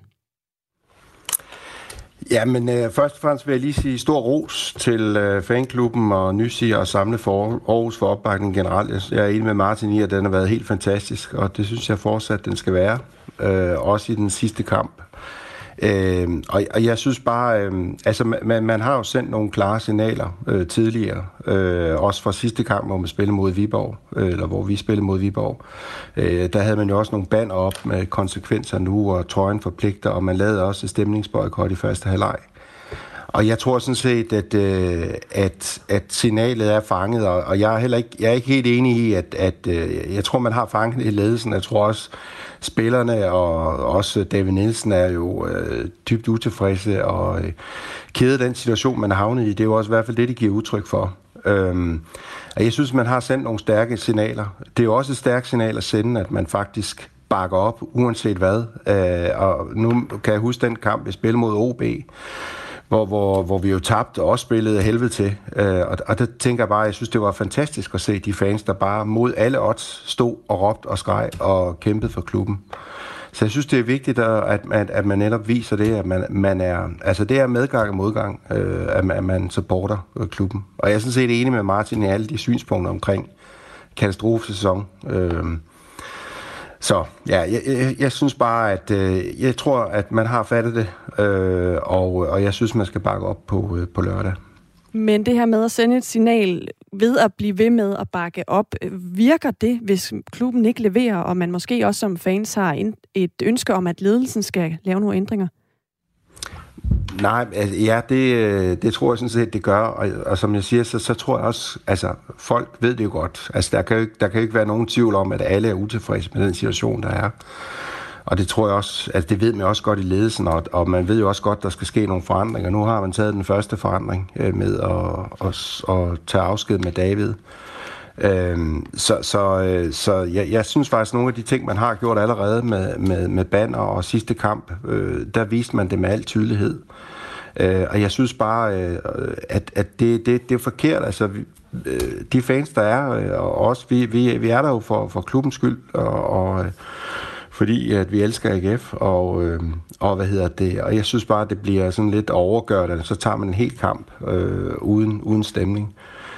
Ja, men først og fremmest vil jeg lige sige stor ros til fanklubben og Nysiger og Samle for Aarhus for opbakningen generelt. Jeg er enig med Martin i, at den har været helt fantastisk, og det synes jeg fortsat, den skal være. Også i den sidste kamp. Og jeg synes bare, man har jo sendt nogle klare signaler tidligere, også fra sidste kamp, hvor man spillede mod Viborg, eller hvor vi spillede mod Viborg. Der havde man jo også nogle banner op med konsekvenser nu, og trøjen forpligter, og man lavede også et stemningsboykot i første halvleg. Og jeg tror sådan set, at signalet er fanget, og jeg er ikke helt enig i, at jeg tror, man har fanget i ledelsen. Jeg tror også, spillerne og også David Nielsen er jo dybt utilfredse og kede af den situation, man har havnet i. Det er jo også i hvert fald det, de giver udtryk for. Og jeg synes, man har sendt nogle stærke signaler. Det er jo også et stærkt signal at sende, at man faktisk bakker op, uanset hvad. Og nu kan jeg huske den kamp, vi spillede mod OB, hvor vi jo tabte og også spillede helvede til. Og der tænker jeg bare, jeg synes, det var fantastisk at se de fans, der bare mod alle odds stod og råbte og skreg og kæmpede for klubben. Så jeg synes, det er vigtigt, at man netop viser det, at man er... Altså, det er medgang og modgang, at man supporter klubben. Og jeg er sådan set enig med Martin i alle de synspunkter omkring katastrofesæson. Så ja, jeg synes bare, at jeg tror, at man har fattet det, og jeg synes, man skal bakke op på lørdag. Men det her med at sende et signal ved at blive ved med at bakke op, virker det, hvis klubben ikke leverer, og man måske også som fans har et ønske om, at ledelsen skal lave nogle ændringer? Nej, ja, det tror jeg sådan set, det gør, og som jeg siger, så tror jeg også, altså folk ved det jo godt. Altså der kan jo ikke være nogen tvivl om, at alle er utilfredse med den situation, der er. Og det tror jeg også, altså det ved man også godt i ledelsen, og man ved jo også godt, der skal ske nogle forandringer. Nu har man taget den første forandring med at tage afsked med David. Så jeg synes faktisk, nogle af de ting, man har gjort allerede med banner og sidste kamp, der viste man det med al tydelighed. Og jeg synes bare, at det er forkert. Altså, de fans, der er, og også vi er der jo for klubbens skyld, og fordi at vi elsker AGF, og hvad hedder det, og jeg synes bare, at det bliver sådan lidt overgørt, så tager man en hel kamp uden stemning.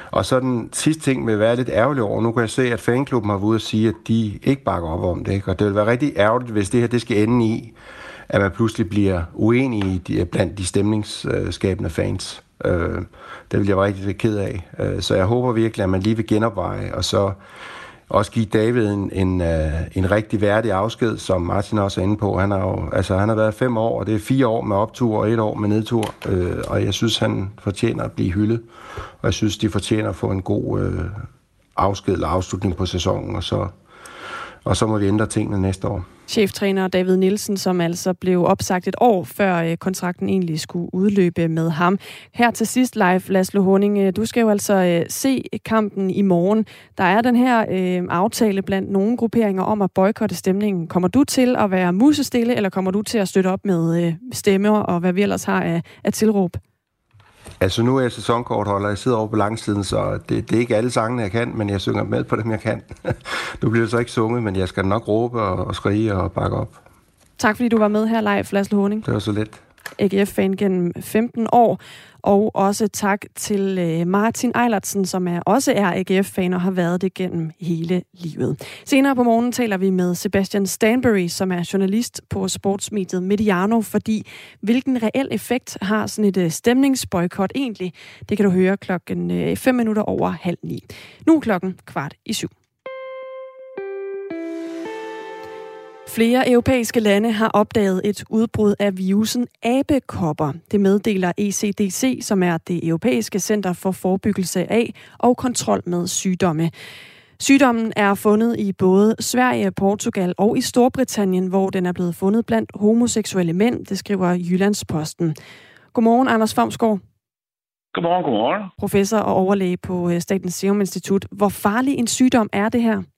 Og så den sidste ting vil være lidt ærgerlig over. Nu kan jeg se, at fanklubben har været ude at sige, at de ikke bakker op om det. Ikke? Og det vil være rigtig ærgerligt, hvis det her det skal ende i, at man pludselig bliver uenig blandt de stemningsskabende fans. Det vil jeg være rigtig ked af. Så jeg håber virkelig, at man lige vil genopveje, og så også give David en rigtig værdig afsked, som Martin også er inde på. Han har været 5 år, og det er 4 år med optur og 1 år med nedtur. Og jeg synes, han fortjener at blive hyldet. Og jeg synes, de fortjener at få en god afsked eller afslutning på sæsonen, og så må vi ændre tingene næste år. Cheftræner David Nielsen, som altså blev opsagt et år, før kontrakten egentlig skulle udløbe med ham. Her til sidst live, Laszlo Horning, du skal jo altså se kampen i morgen. Der er den her aftale blandt nogle grupperinger om at boykotte stemningen. Kommer du til at være musestille, eller kommer du til at støtte op med stemmer og hvad vi ellers har af tilråb? Altså nu er jeg sæsonkortholder, jeg sidder over på langsiden, så det er ikke alle sangene, jeg kan, men jeg synger med på dem, jeg kan. Nu bliver det så ikke sunget, men jeg skal nok råbe og skrige og bakke op. Tak fordi du var med her live, Laszlo Horning. Det var så lidt. AGF-fan gennem 15 år. Og også tak til Martin Eilertsen, som også er AGF-fan og har været det gennem hele livet. Senere på morgenen taler vi med Sebastian Stanbury, som er journalist på sportsmediet Mediano, fordi hvilken reel effekt har sådan et stemningsboykot egentlig? Det kan du høre 9:05. Nu er klokken 6:15. Flere europæiske lande har opdaget et udbrud af virusen abekopper. Det meddeler ECDC, som er det europæiske center for forebyggelse af og kontrol med sygdomme. Sygdommen er fundet i både Sverige, Portugal og i Storbritannien, hvor den er blevet fundet blandt homoseksuelle mænd, det skriver Jyllandsposten. Godmorgen, Anders Famsgaard. Godmorgen. Professor og overlæge på Statens Serum Institut. Hvor farlig en sygdom er det her?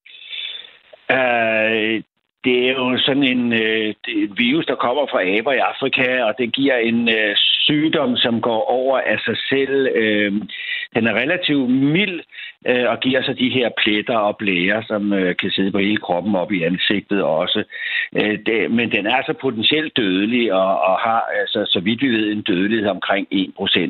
Det er jo sådan en virus, der kommer fra aber i Afrika, og det giver en sygdom, som går over af sig selv. Den er relativt mild og giver så de her pletter og blærer, som kan sidde på hele kroppen op i ansigtet også. Men den er altså potentielt dødelig og har, altså, så vidt vi ved, en dødelighed omkring 1%,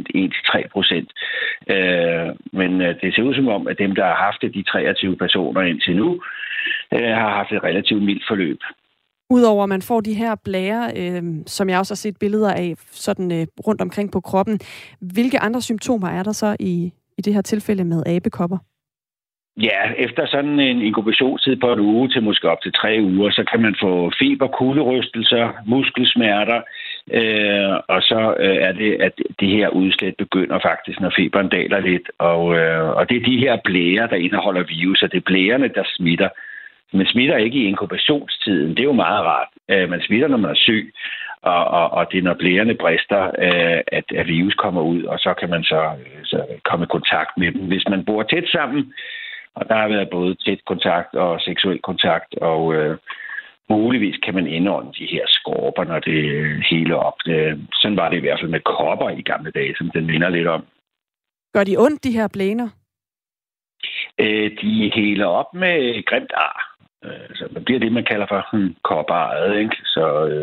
1-3%. Men det ser ud som om, at dem, der har haft det, de 23 personer indtil nu, har haft et relativt mildt forløb. Udover at man får de her blærer, som jeg også har set billeder af sådan rundt omkring på kroppen, hvilke andre symptomer er der så i det her tilfælde med abekopper? Ja, efter sådan en inkubationstid på en uge til måske op til 3 uger, så kan man få feber, kulderystelser, muskelsmerter, og så er det, at det her udslæt begynder faktisk, når feberen daler lidt. Og det er de her blærer, der indeholder virus, og det er blærerne, der smitter. Man smitter ikke i inkubationstiden. Det er jo meget rart. Man smitter, når man er syg, og det er, når blærerne brister, at virus kommer ud, og så kan man så komme i kontakt med dem. Hvis man bor tæt sammen, og der har været både tæt kontakt og seksuel kontakt, og muligvis kan man indånde de her skorper, når det heler op. Sådan var det i hvert fald med kopper i gamle dage, som den minder lidt om. Gør de ondt, de her blæner? De heler op med grimt ar. Så det bliver det, man kalder for koppearret, ikke? Så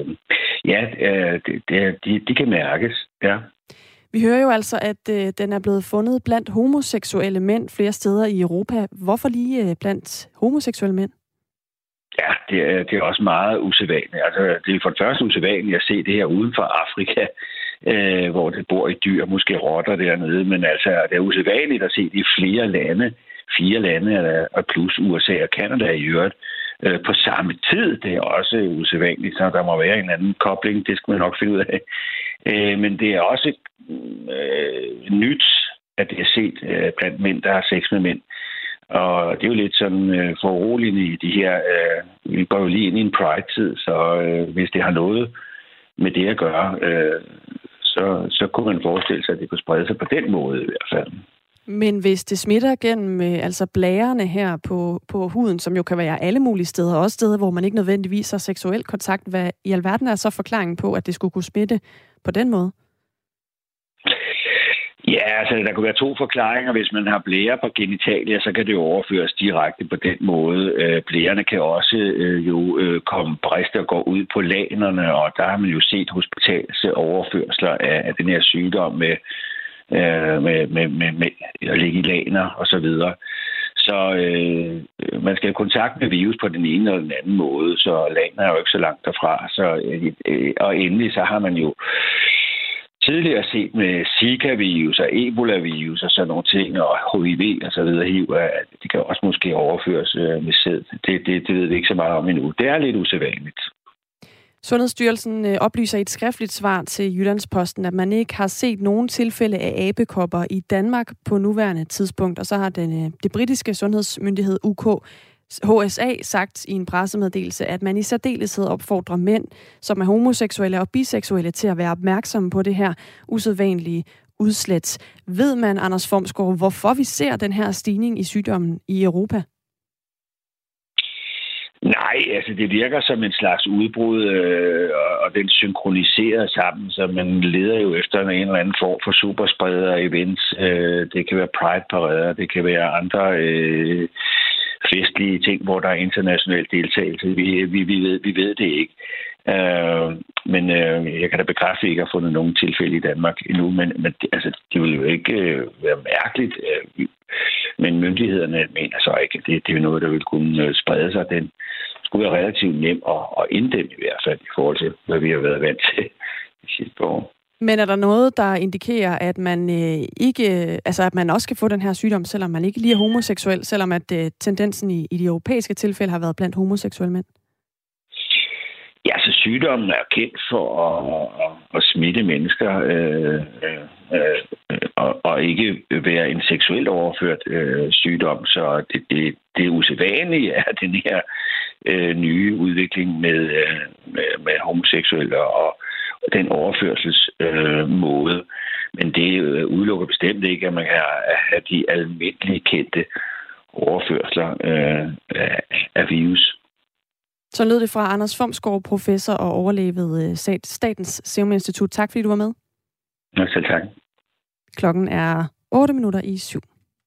de kan mærkes, ja. Vi hører jo altså, at den er blevet fundet blandt homoseksuelle mænd flere steder i Europa. Hvorfor lige blandt homoseksuelle mænd? Ja, det er også meget usædvanligt. Altså, det er for det første usædvanligt at se det her uden for Afrika, hvor det bor i dyr, måske rotter dernede. Men altså, det er usædvanligt at se det i flere lande. 4 lande, og plus USA og Canada i øvrigt, på samme tid. Det er også usædvanligt, så der må være en anden kobling. Det skal man nok finde ud af. Men det er også nyt, at det er set blandt mænd, der har sex med mænd. Og det er jo lidt sådan foruroligende i de her... vi går jo lige ind i en pride-tid, så hvis det har noget med det at gøre, så kunne man forestille sig, at det kunne sprede sig på den måde i hvert fald. Men hvis det smitter gennem altså blærerne her på huden, som jo kan være alle mulige steder, også steder, hvor man ikke nødvendigvis har seksuel kontakt, hvad i alverden er så forklaringen på, at det skulle kunne smitte på den måde? Ja, altså der kunne være 2 forklaringer. Hvis man har blære på genitalia, så kan det jo overføres direkte på den måde. Blærerne kan også komme briste og gå ud på lagnerne, og der har man jo set hospitalsoverførsler af den her sygdom med med at ligge i laner og så videre. Så man skal have kontakt med virus på den ene eller den anden måde, så laner er jo ikke så langt derfra. Og endelig så har man jo tidligere set med Zika-virus og Ebola-virus og sådan nogle ting, og HIV og så videre, HIV, det kan også måske overføres med sæd. Det ved vi ikke så meget om endnu. Det er lidt usædvanligt. Sundhedsstyrelsen oplyser i et skriftligt svar til Jyllandsposten, at man ikke har set nogen tilfælde af abekopper i Danmark på nuværende tidspunkt. Og så har det britiske sundhedsmyndighed HSA sagt i en pressemeddelelse, at man i særdeleshed opfordrer mænd, som er homoseksuelle og biseksuelle, til at være opmærksomme på det her usædvanlige udslæt. Ved man, Anders Fomsgaard, hvorfor vi ser den her stigning i sygdommen i Europa? Nej, altså det virker som en slags udbrud, og den synkroniserer sammen, så man leder jo efter en eller anden form for superspreder-events. Det kan være Pride-parader, det kan være andre festlige ting, hvor der er international deltagelse. Vi ved det ikke. Men jeg kan da bekræfte, at jeg ikke har fundet nogen tilfælde i Danmark endnu, men altså, det vil jo ikke være mærkeligt. Men myndighederne mener så ikke, at det er noget, der vil kunne sprede sig. Den skulle være relativt nem og inddæmme i hvert fald i forhold til, hvad vi har været vant til de sidste år. Men er der noget, der indikerer, at man at man også kan få den her sygdom, selvom man ikke lige er homoseksuel, selvom at tendensen i de europæiske tilfælde har været blandt homoseksuelle mænd? Ja, så sygdommen er kendt for at smitte mennesker og ikke være en seksuelt overført sygdom. Så det usædvanlige er den her nye udvikling med homoseksuelle og den overførselsmåde. Men det udelukker bestemt ikke, at man kan have de almindelige kendte overførsler af virus. Så lød det fra Anders Fomsgaard, professor og overlæge ved Statens Serum Institut. Tak fordi du var med. Ja, selv tak. Klokken er 7:08.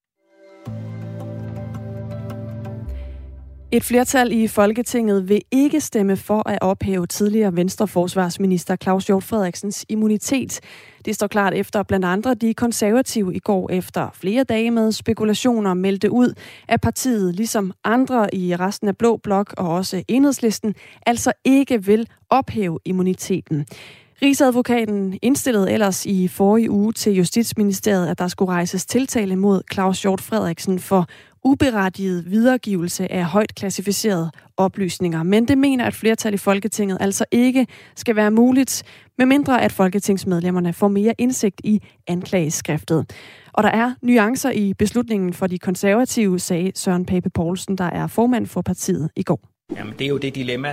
Et flertal i Folketinget vil ikke stemme for at ophæve tidligere Venstre-forsvarsminister Claus Hjort Frederiksens immunitet. Det står klart efter blandt andre de konservative i går efter flere dage med spekulationer meldte ud, at partiet, ligesom andre i resten af Blå Blok og også Enhedslisten, altså ikke vil ophæve immuniteten. Rigsadvokaten indstillede ellers i forrige uge til Justitsministeriet, at der skulle rejses tiltale mod Claus Hjort Frederiksen for uberettiget videregivelse af højt klassificerede oplysninger. Men det mener et flertal i Folketinget altså ikke skal være muligt, medmindre at folketingsmedlemmerne får mere indsigt i anklageskriftet. Og der er nuancer i beslutningen for de konservative, sagde Søren Pape Poulsen, der er formand for partiet i går. Jamen, det er jo det dilemma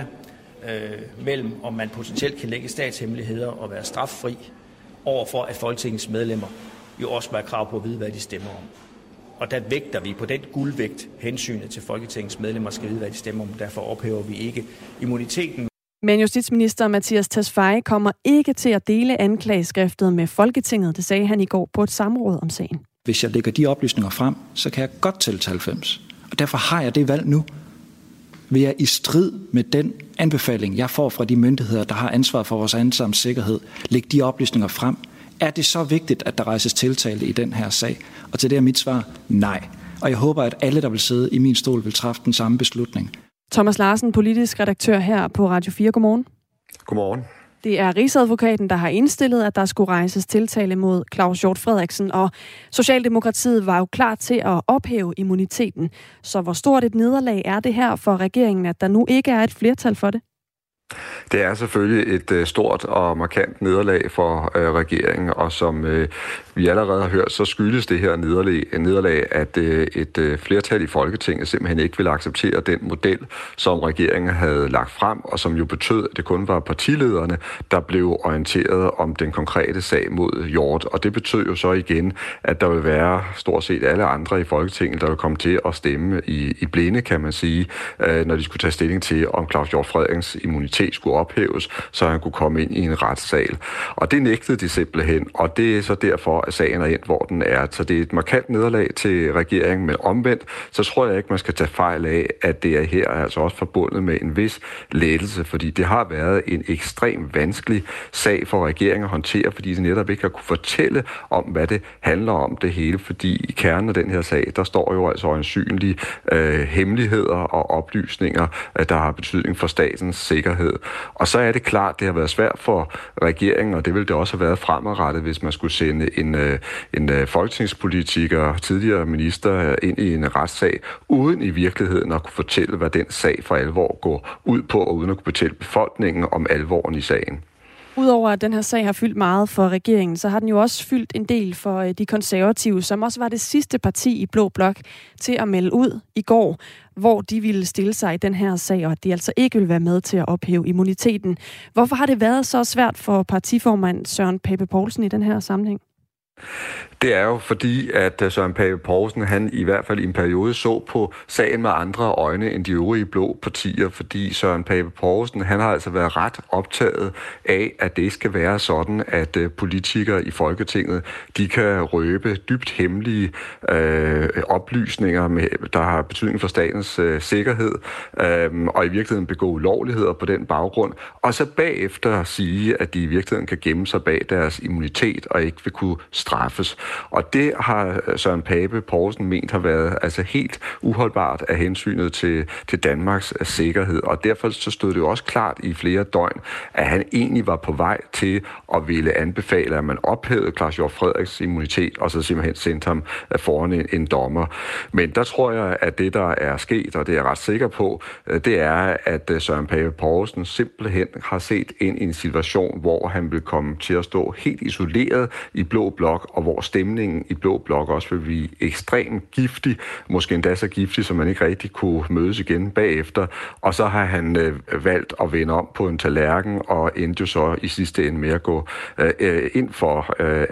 mellem, om man potentielt kan lægge statshemmeligheder og være straffri, overfor at Folketingets medlemmer jo også må have krav på at vide, hvad de stemmer om. Og der vægter vi på den guldvægt hensynet til Folketingets medlemmer skal vide, hvad de stemmer om. Derfor ophæver vi ikke immuniteten. Men justitsminister Mattias Tesfaye kommer ikke til at dele anklageskriftet med Folketinget. Det sagde han i går på et samråd om sagen. Hvis jeg lægger de oplysninger frem, så kan jeg godt tælle til 90. Og derfor har jeg det valg nu. Vil jeg i strid med den anbefaling, jeg får fra de myndigheder, der har ansvar for vores allesammens sikkerhed, lægge de oplysninger frem? Er det så vigtigt, at der rejses tiltale i den her sag? Og til det er mit svar, nej. Og jeg håber, at alle, der vil sidde i min stol, vil træffe den samme beslutning. Thomas Larsen, politisk redaktør her på Radio 4. Godmorgen. Godmorgen. Det er Rigsadvokaten, der har indstillet, at der skulle rejses tiltale mod Claus Hjort Frederiksen, og Socialdemokratiet var jo klar til at ophæve immuniteten. Så hvor stort et nederlag er det her for regeringen, at der nu ikke er et flertal for det? Det er selvfølgelig et stort og markant nederlag for regeringen, og som vi allerede har hørt, så skyldes det her nederlag, at et flertal i Folketinget simpelthen ikke vil acceptere den model, som regeringen havde lagt frem, og som jo betød, at det kun var partilederne, der blev orienteret om den konkrete sag mod Hjort. Og det betød jo så igen, at der vil være stort set alle andre i Folketinget, der vil komme til at stemme i blinde, kan man sige, når de skulle tage stilling til, om Claus Hjort Frederiksens immunitet immunitet skulle ophæves, så han kunne komme ind i en retssal. Og det nægtede de simpelthen, og det er så derfor, at sagen er endt, hvor den er. Så det er et markant nederlag til regeringen, men omvendt, så tror jeg ikke, man skal tage fejl af, at det er her altså også forbundet med en vis lettelse, fordi det har været en ekstremt vanskelig sag for regeringen at håndtere, fordi de netop ikke har kunne fortælle om, hvad det handler om det hele, fordi i kernen af den her sag, der står jo altså øjensynlige hemmeligheder og oplysninger, der har betydning for statens sikkerhed. Og så er det klart, det har været svært for regeringen, og det ville det også have været fremadrettet, hvis man skulle sende en folketingspolitiker, tidligere minister, ind i en retssag, uden i virkeligheden at kunne fortælle, hvad den sag for alvor går ud på, og uden at kunne fortælle befolkningen om alvoren i sagen. Udover at den her sag har fyldt meget for regeringen, så har den jo også fyldt en del for de konservative, som også var det sidste parti i Blå Blok til at melde ud i går, hvor de ville stille sig i den her sag, og at de altså ikke vil være med til at ophæve immuniteten. Hvorfor har det været så svært for partiformand Søren Pape Poulsen i den her sammenhæng? Det er jo fordi, at Søren Pape Poulsen, han i hvert fald i en periode så på sagen med andre øjne end de øvrige blå partier, fordi Søren Pape Poulsen, han har altså været ret optaget af, at det skal være sådan, at politikere i Folketinget, de kan røbe dybt hemmelige oplysninger, der har betydning for statens sikkerhed, og i virkeligheden begå ulovligheder på den baggrund, og så bagefter sige, at de i virkeligheden kan gemme sig bag deres immunitet og ikke vil kunne straffes. Og det har Søren Pape Poulsen ment har været altså helt uholdbart af hensynet til Danmarks sikkerhed. Og derfor så stod det jo også klart i flere døgn, at han egentlig var på vej til at ville anbefale, at man ophævede Claus Hjort Frederiksens immunitet, og så simpelthen sendte ham foran en dommer. Men der tror jeg, at det, der er sket, og det er jeg ret sikker på, det er, at Søren Pape Poulsen simpelthen har set ind i en situation, hvor han vil komme til at stå helt isoleret i Blå Blok, og hvor stemningen i Blå Blok også vil blive ekstremt giftig, måske endda så giftig, som man ikke rigtig kunne mødes igen bagefter. Og så har han valgt at vende om på en tallerken, og endte jo så i sidste ende med at gå ind for,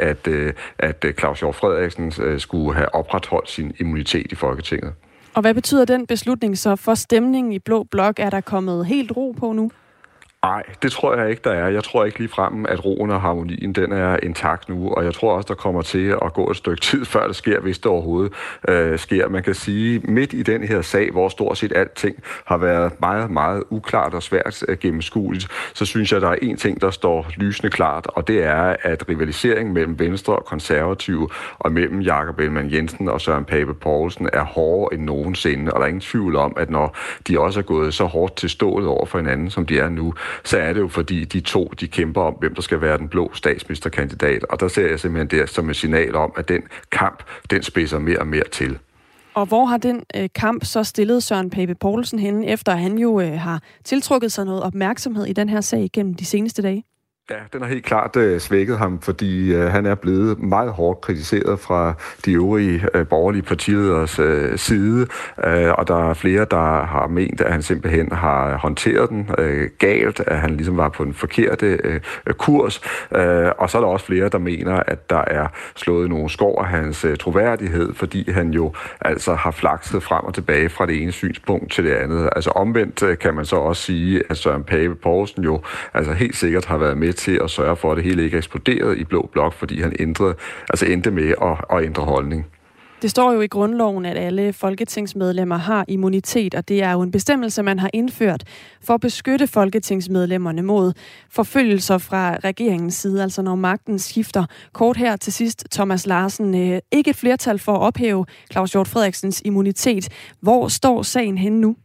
at Claus Hjort Frederiksen skulle have opretholdt sin immunitet i Folketinget. Og hvad betyder den beslutning så for stemningen i Blå Blok? Er der kommet helt ro på nu? Nej, det tror jeg ikke, der er. Jeg tror ikke ligefrem, at roen og harmonien, den er intakt nu, og jeg tror også, der kommer til at gå et stykke tid, før det sker, hvis det overhovedet sker. Man kan sige, midt i den her sag, hvor stort set alting har været meget, meget uklart og svært gennemskueligt, så synes jeg, der er en ting, der står lysende klart, og det er, at rivaliseringen mellem Venstre og Konservative og mellem Jakob Ellemann-Jensen og Søren Pape Poulsen er hårdere end nogensinde, og der er ingen tvivl om, at når de også er gået så hårdt til stålet over for hinanden, som de er nu, så er det jo fordi de to, de kæmper om, hvem der skal være den blå statsministerkandidat. Og der ser jeg simpelthen det som et signal om, at den kamp, den spidser mere og mere til. Og hvor har den kamp så stillet Søren Pape Poulsen henne, efter at han jo har tiltrukket sig noget opmærksomhed i den her sag gennem de seneste dage? Ja, den har helt klart svækket ham, fordi han er blevet meget hårdt kritiseret fra de øvrige borgerlige partileders side, og der er flere, der har ment, at han simpelthen har håndteret den galt, at han ligesom var på den forkerte kurs, og så er der også flere, der mener, at der er slået nogle skår af hans troværdighed, fordi han jo altså har flakset frem og tilbage fra det ene synspunkt til det andet. Altså omvendt kan man så også sige, at Søren Pape Poulsen jo altså helt sikkert har været med til at sørge for, at det hele ikke eksploderede i Blå Blok, fordi han endte med at ændre holdning. Det står jo i grundloven, at alle folketingsmedlemmer har immunitet, og det er jo en bestemmelse, man har indført for at beskytte folketingsmedlemmerne mod forfølgelser fra regeringens side, altså når magten skifter. Kort her til sidst, Thomas Larsen, ikke et flertal for at ophæve Claus Hjort Frederiksens immunitet. Hvor står sagen henne nu?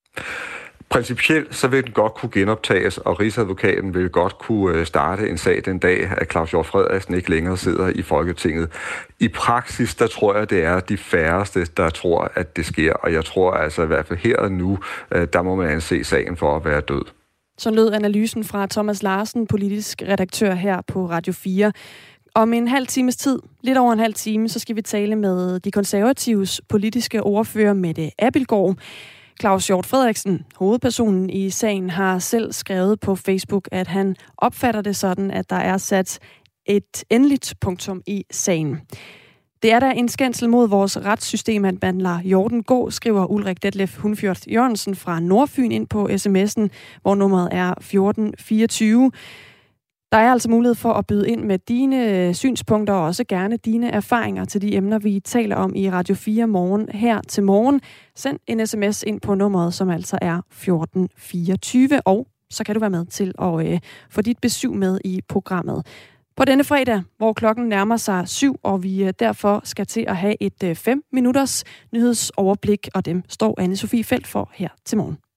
Principielt så vil den godt kunne genoptages, og Rigsadvokaten vil godt kunne starte en sag den dag, at Claus Hjort Frederiksen ikke længere sidder i Folketinget. I praksis, der tror jeg, det er de færreste, der tror, at det sker, og jeg tror altså i hvert fald her og nu, der må man anse sagen for at være død. Så lød analysen fra Thomas Larsen, politisk redaktør her på Radio 4. Om en halv times tid, lidt over en halv time, så skal vi tale med de konservatives politiske ordfører Mette Abildgaard. Claus Hjort Frederiksen, hovedpersonen i sagen, har selv skrevet på Facebook, at han opfatter det sådan, at der er sat et endeligt punktum i sagen. Det er da en skændsel mod vores retssystem, at man lader jorden gå, skriver Ulrik Detlef Hundfjord Jørgensen fra Nordfyn ind på sms'en, hvor nummeret er 1424. Der er altså mulighed for at byde ind med dine synspunkter og også gerne dine erfaringer til de emner, vi taler om i Radio 4 Morgen her til morgen. Send en sms ind på nummeret, som altså er 1424, og så kan du være med til at få dit besøg med i programmet. På denne fredag, hvor klokken nærmer sig 7, og vi derfor skal til at have et 5 minutters nyhedsoverblik, og dem står Anne-Sophie Felt for her til morgen.